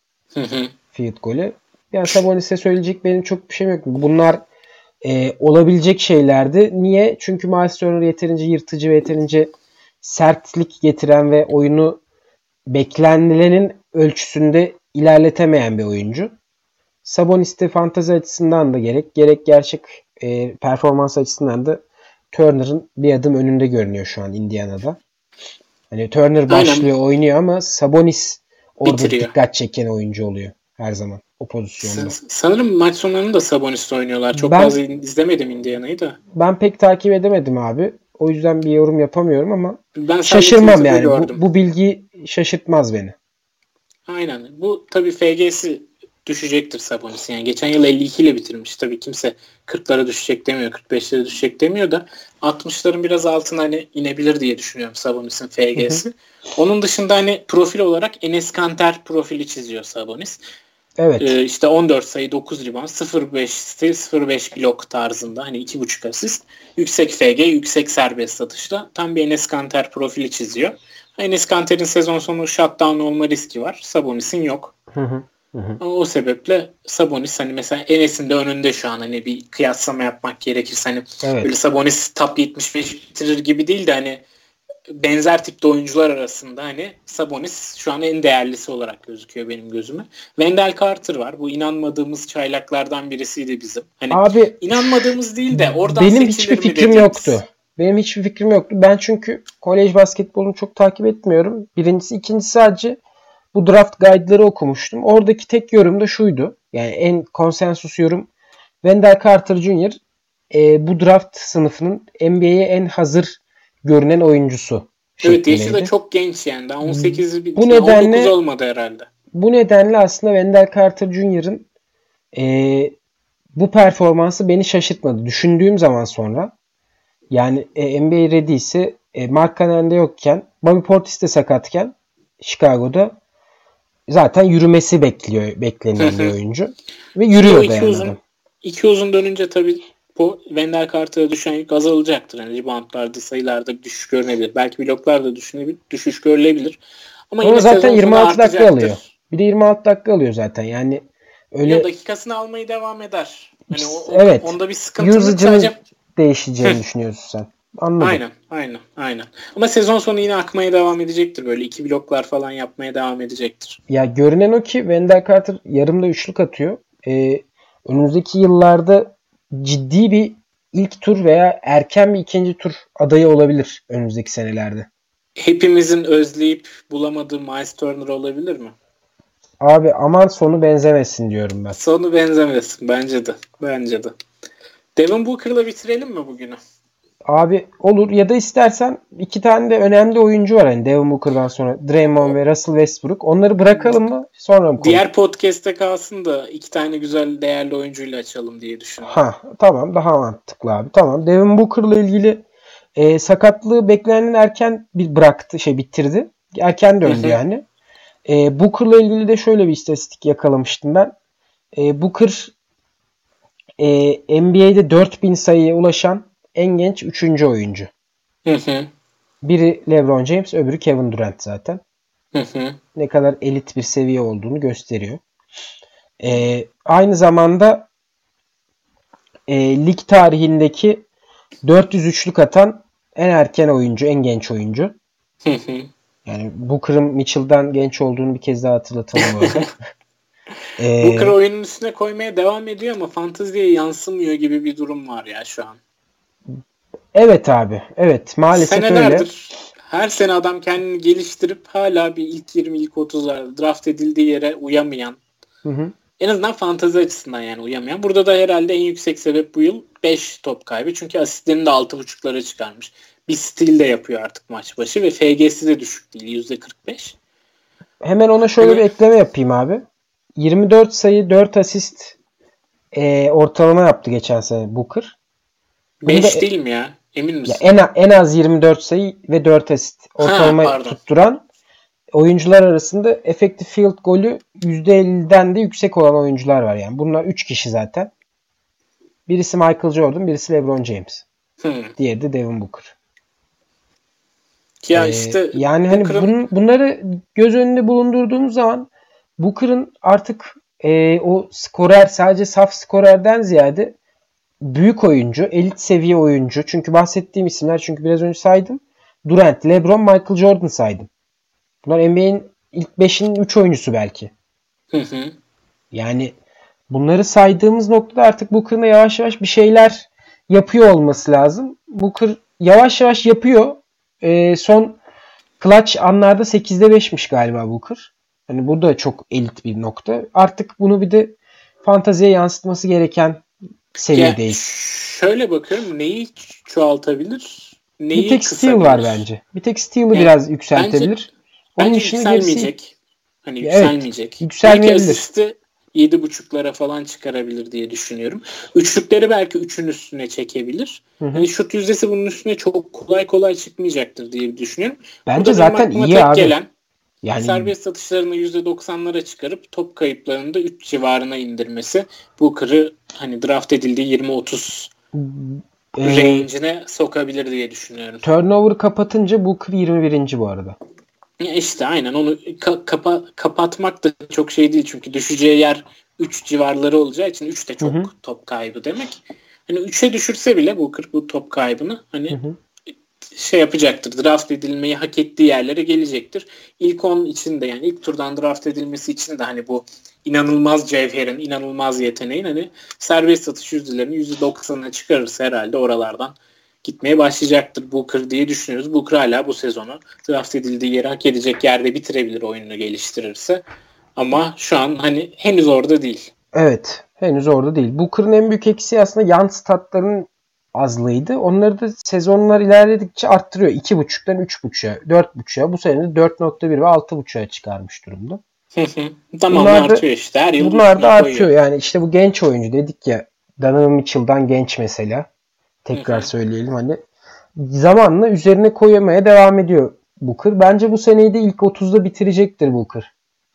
Field golü. Yani Sabonis'e söyleyecek benim çok bir şeyim yok. Bunlar olabilecek şeylerdi. Niye? Çünkü Miles Turner yeterince yırtıcı ve yeterince sertlik getiren ve oyunu beklenilenin ölçüsünde ilerletemeyen bir oyuncu. Sabonis'te fantezi açısından da gerek gerçek performans açısından da Turner'ın bir adım önünde görünüyor şu an Indiana'da. Hani Turner başlıyor, oynuyor ama Sabonis orada bitiriyor. Dikkat çeken oyuncu oluyor her zaman o pozisyonda. Sanırım maç sonlarında Sabonis'te oynuyorlar. Çok fazla izlemedim Indiana'yı da. Ben pek takip edemedim abi. O yüzden bir yorum yapamıyorum ama ben şaşırmam yani. Bu bilgi şaşırtmaz beni. Aynen. Bu tabii FG'si düşecektir Sabonis. Yani geçen yıl 52 ile bitirmiş. Tabii kimse 40'lara düşecek demiyor, 45'lere düşecek demiyor da 60'ların biraz altına hani inebilir diye düşünüyorum Sabonis'in FG'si. Onun dışında hani profil olarak Enes Kanter profili çiziyor Sabonis. Evet. İşte 14 sayı, 9 rebound, 0.5 stil, 0.5 blok tarzında hani 2.5 asist. Yüksek FG, yüksek serbest atışla tam bir Enes Kanter profili çiziyor. Enes Kanter'in sezon sonu shutdown olma riski var. Sabonis'in yok. O sebeple Sabonis hani mesela Enes'in de önünde şu an hani bir kıyaslama yapmak gerekirse hani böyle Sabonis top 75 bitirir gibi değil de hani benzer tipte oyuncular arasında hani Sabonis şu an en değerlisi olarak gözüküyor benim gözüme. Wendell Carter var. Bu inanmadığımız çaylaklardan birisiydi bizim. Hani abi, inanmadığımız değil de oradan benim hiçbir fikrim yoktu. Benim hiçbir fikrim yoktu. Ben çünkü kolej basketbolunu çok takip etmiyorum. Birincisi, ikincisi sadece bu draft guide'ları okumuştum. Oradaki tek yorum da şuydu. Yani en konsensus yorum Wendell Carter Jr. Bu draft sınıfının NBA'ye en hazır görünen oyuncusu. Evet, yaşı da çok genç yani. Daha 18 bu nedenle 19 olmadı herhalde. Bu nedenle aslında Wendell Carter Jr.'ın bu performansı beni şaşırtmadı. Düşündüğüm zaman sonra yani NBA ready ise Mark Cannon'da yokken, Bobby Portis de sakatken Chicago'da zaten yürümesi beklenen bir oyuncu. Ve yürüyor da yani. İki uzun dönünce tabii bu Wendell Carter'a düşen yük azalacaktır. Yani reboundlarda, sayılarda düşüş görünebilir. Belki bloklarda düşüş görülebilir. Ama zaten 26 dakika alıyor. Bir de 26 dakika alıyor zaten. Yani öyle ya dakikasını almayı devam eder. Hani onda bir sıkıntı yok. Sadece değişeceğini düşünüyorsun sen. Anladım. Aynen. Ama sezon sonu yine akmaya devam edecektir. Böyle 2 bloklar falan yapmaya devam edecektir. Ya görünen o ki Wendell Carter yarımda üçlük atıyor. Önümüzdeki yıllarda ciddi bir ilk tur veya erken bir ikinci tur adayı olabilir önümüzdeki senelerde. Hepimizin özleyip bulamadığı Miles Turner olabilir mi? Abi aman sonu benzemesin diyorum ben. Sonu benzemesin bence de. Devin Booker'la bitirelim mi bugünü? Abi olur, ya da istersen iki tane de önemli oyuncu var hani Devin Booker'dan sonra Draymond ve Russell Westbrook. Onları bırakalım mı? Sonra mı konuşalım? Diğer podcast'te kalsın da iki tane güzel değerli oyuncuyla açalım diye düşünüyorum. Tamam, daha mantıklı abi. Tamam. Devin Booker'la ilgili sakatlığı beklenenin erken bitirdi. Erken döndü yani. Booker'la ilgili de şöyle bir istatistik yakalamıştım ben. Booker NBA'de 4000 sayıya ulaşan en genç 3. oyuncu. Biri LeBron James, öbürü Kevin Durant zaten. Ne kadar elit bir seviye olduğunu gösteriyor. Aynı zamanda lig tarihindeki 400 üçlük atan en erken oyuncu, en genç oyuncu. Yani Booker'ın Mitchell'dan genç olduğunu bir kez daha hatırlatalım bu arada. Booker oyunun üstüne koymaya devam ediyor ama fanteziye yansımıyor gibi bir durum var ya şu an. Evet abi. Evet. Maalesef senelerdir, öyle. Her sene adam kendini geliştirip hala bir ilk 20, ilk 30'larda draft edildiği yere uyamayan. En azından fantezi açısından yani uyamayan. Burada da herhalde en yüksek sebep bu yıl 5 top kaybı. Çünkü asistlerini de 6.5'lara çıkarmış. Bir stil de yapıyor artık maç başı ve FG'si de düşük değil. %45. Hemen ona şöyle bir ekleme yapayım abi. 24 sayı 4 asist ortalama yaptı geçen sene Booker. 5 değil mi ya? Emin misin? Ya en az 24 sayı ve 4 asist ortalama tutturan oyuncular arasında effective field golü %50'den de yüksek olan oyuncular var yani. Bunlar 3 kişi zaten. Birisi Michael Jordan, birisi LeBron James. Diğeri de Devin Booker. Ya işte yani hani bunları göz önünde bulundurduğumuz zaman Booker'ın artık o skorer, sadece saf skorerden ziyade büyük oyuncu, elit seviye oyuncu. Çünkü bahsettiğim isimler, çünkü biraz önce saydım. Durant, LeBron, Michael Jordan saydım. Bunlar NBA'in ilk 5'inin 3 oyuncusu belki. Yani bunları saydığımız noktada artık Booker'ın yavaş yavaş bir şeyler yapıyor olması lazım. Booker yavaş yavaş yapıyor. Son clutch anlarda 8'de 5'miş galiba Booker. Hani bu da çok elit bir nokta. Artık bunu bir de fanteziye yansıtması gereken seviyedeyiz. Şöyle bakıyorum, neyi çoğaltabilir? Neyi bir tek steal var bence. Bir tek steal'ı biraz yükseltebilir. Onun dışında yükselmeyecek. Hani yükselmeyecek. Belki asisti 7.5'lara falan çıkarabilir diye düşünüyorum. Üçlükleri belki 3'ün üstüne çekebilir. Hani şut yüzdesi bunun üstüne çok kolay çıkmayacaktır diye düşünüyorum. Bence zaten iyi abi. Gelen, yani serbest atışlarını %90'lara çıkarıp top kayıplarını da 3 civarına indirmesi Booker'ı hani draft edildiği 20-30 range'ine sokabilir diye düşünüyorum. Turnover kapatınca Booker 21. bu arada. İşte aynen onu kapatmak da çok şey değil. Çünkü düşeceği yer 3 civarları olacağı için 3 de çok top kaybı demek. Hani 3'e düşürse bile Booker bu top kaybını hani şey yapacaktır. Draft edilmeyi hak ettiği yerlere gelecektir. İlk 10 için de, yani ilk turdan draft edilmesi için de hani bu inanılmaz cevherin, inanılmaz yeteneğin hani serbest atış yüzdelerini %90'a çıkarırsa herhalde oralardan gitmeye başlayacaktır Booker diye düşünüyoruz. Booker hala bu sezonu draft edildiği yeri hak edecek yerde bitirebilir oyununu geliştirirse. Ama şu an hani henüz orada değil. Evet, henüz orada değil. Booker'ın en büyük eksiği aslında yan statlarının azlığıydı. Onları da sezonlar ilerledikçe arttırıyor. 2.5'tan 3.5'a, 4.5'a. Bu sene de 4.1 ve 6.5'a çıkarmış durumda. Tamam, artıyor işte. Her yıl bunlar da artıyor. Koyuyor. Yani işte bu genç oyuncu dedik ya. Donovan Mitchell'dan genç mesela. Tekrar söyleyelim hani. Zamanla üzerine koyamaya devam ediyor Booker. Bence bu seneyi de ilk 30'da bitirecektir Booker.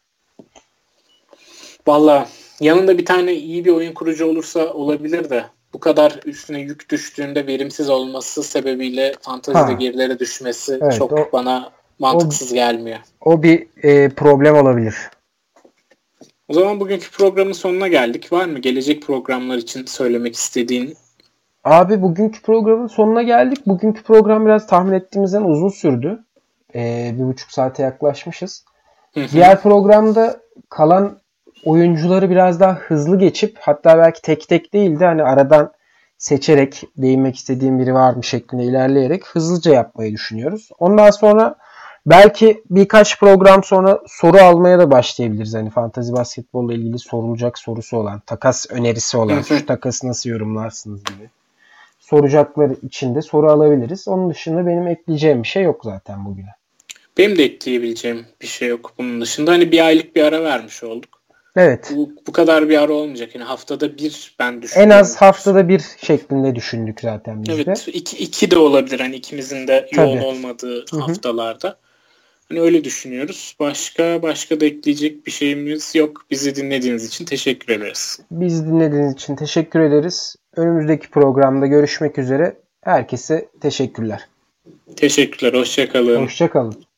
Vallahi yanında bir tane iyi bir oyun kurucu olursa olabilir de bu kadar üstüne yük düştüğünde verimsiz olması sebebiyle fantezide gerilere düşmesi çok bana mantıksız gelmiyor. O bir problem olabilir. O zaman bugünkü programın sonuna geldik. Var mı gelecek programlar için söylemek istediğin? Abi bugünkü programın sonuna geldik. Bugünkü program biraz tahmin ettiğimizden uzun sürdü. 1,5 saate yaklaşmışız. Diğer programda kalan oyuncuları biraz daha hızlı geçip, hatta belki tek tek değil de hani aradan seçerek değinmek istediğim biri var mı şeklinde ilerleyerek hızlıca yapmayı düşünüyoruz. Ondan sonra belki birkaç program sonra soru almaya da başlayabiliriz. Hani fantasy basketbolla ilgili sorulacak sorusu olan, takas önerisi olan, şu takası nasıl yorumlarsınız gibi soracakları için de soru alabiliriz. Onun dışında benim ekleyeceğim bir şey yok zaten bugüne. Benim de ekleyebileceğim bir şey yok bunun dışında. Hani bir aylık bir ara vermiş olduk. Evet. Bu kadar bir ara olmayacak. Yani haftada bir ben düşünüyorum. En az haftada bir şeklinde düşündük zaten biz de. Evet. iki de olabilir. Hani ikimizin de yoğun olmadığı haftalarda. Hani öyle düşünüyoruz. Başka da ekleyecek bir şeyimiz yok. Bizi dinlediğiniz için teşekkür ederiz. Bizi dinlediğiniz için teşekkür ederiz. Önümüzdeki programda görüşmek üzere. Herkese teşekkürler. Teşekkürler. Hoşça kalın. Hoşça kalın.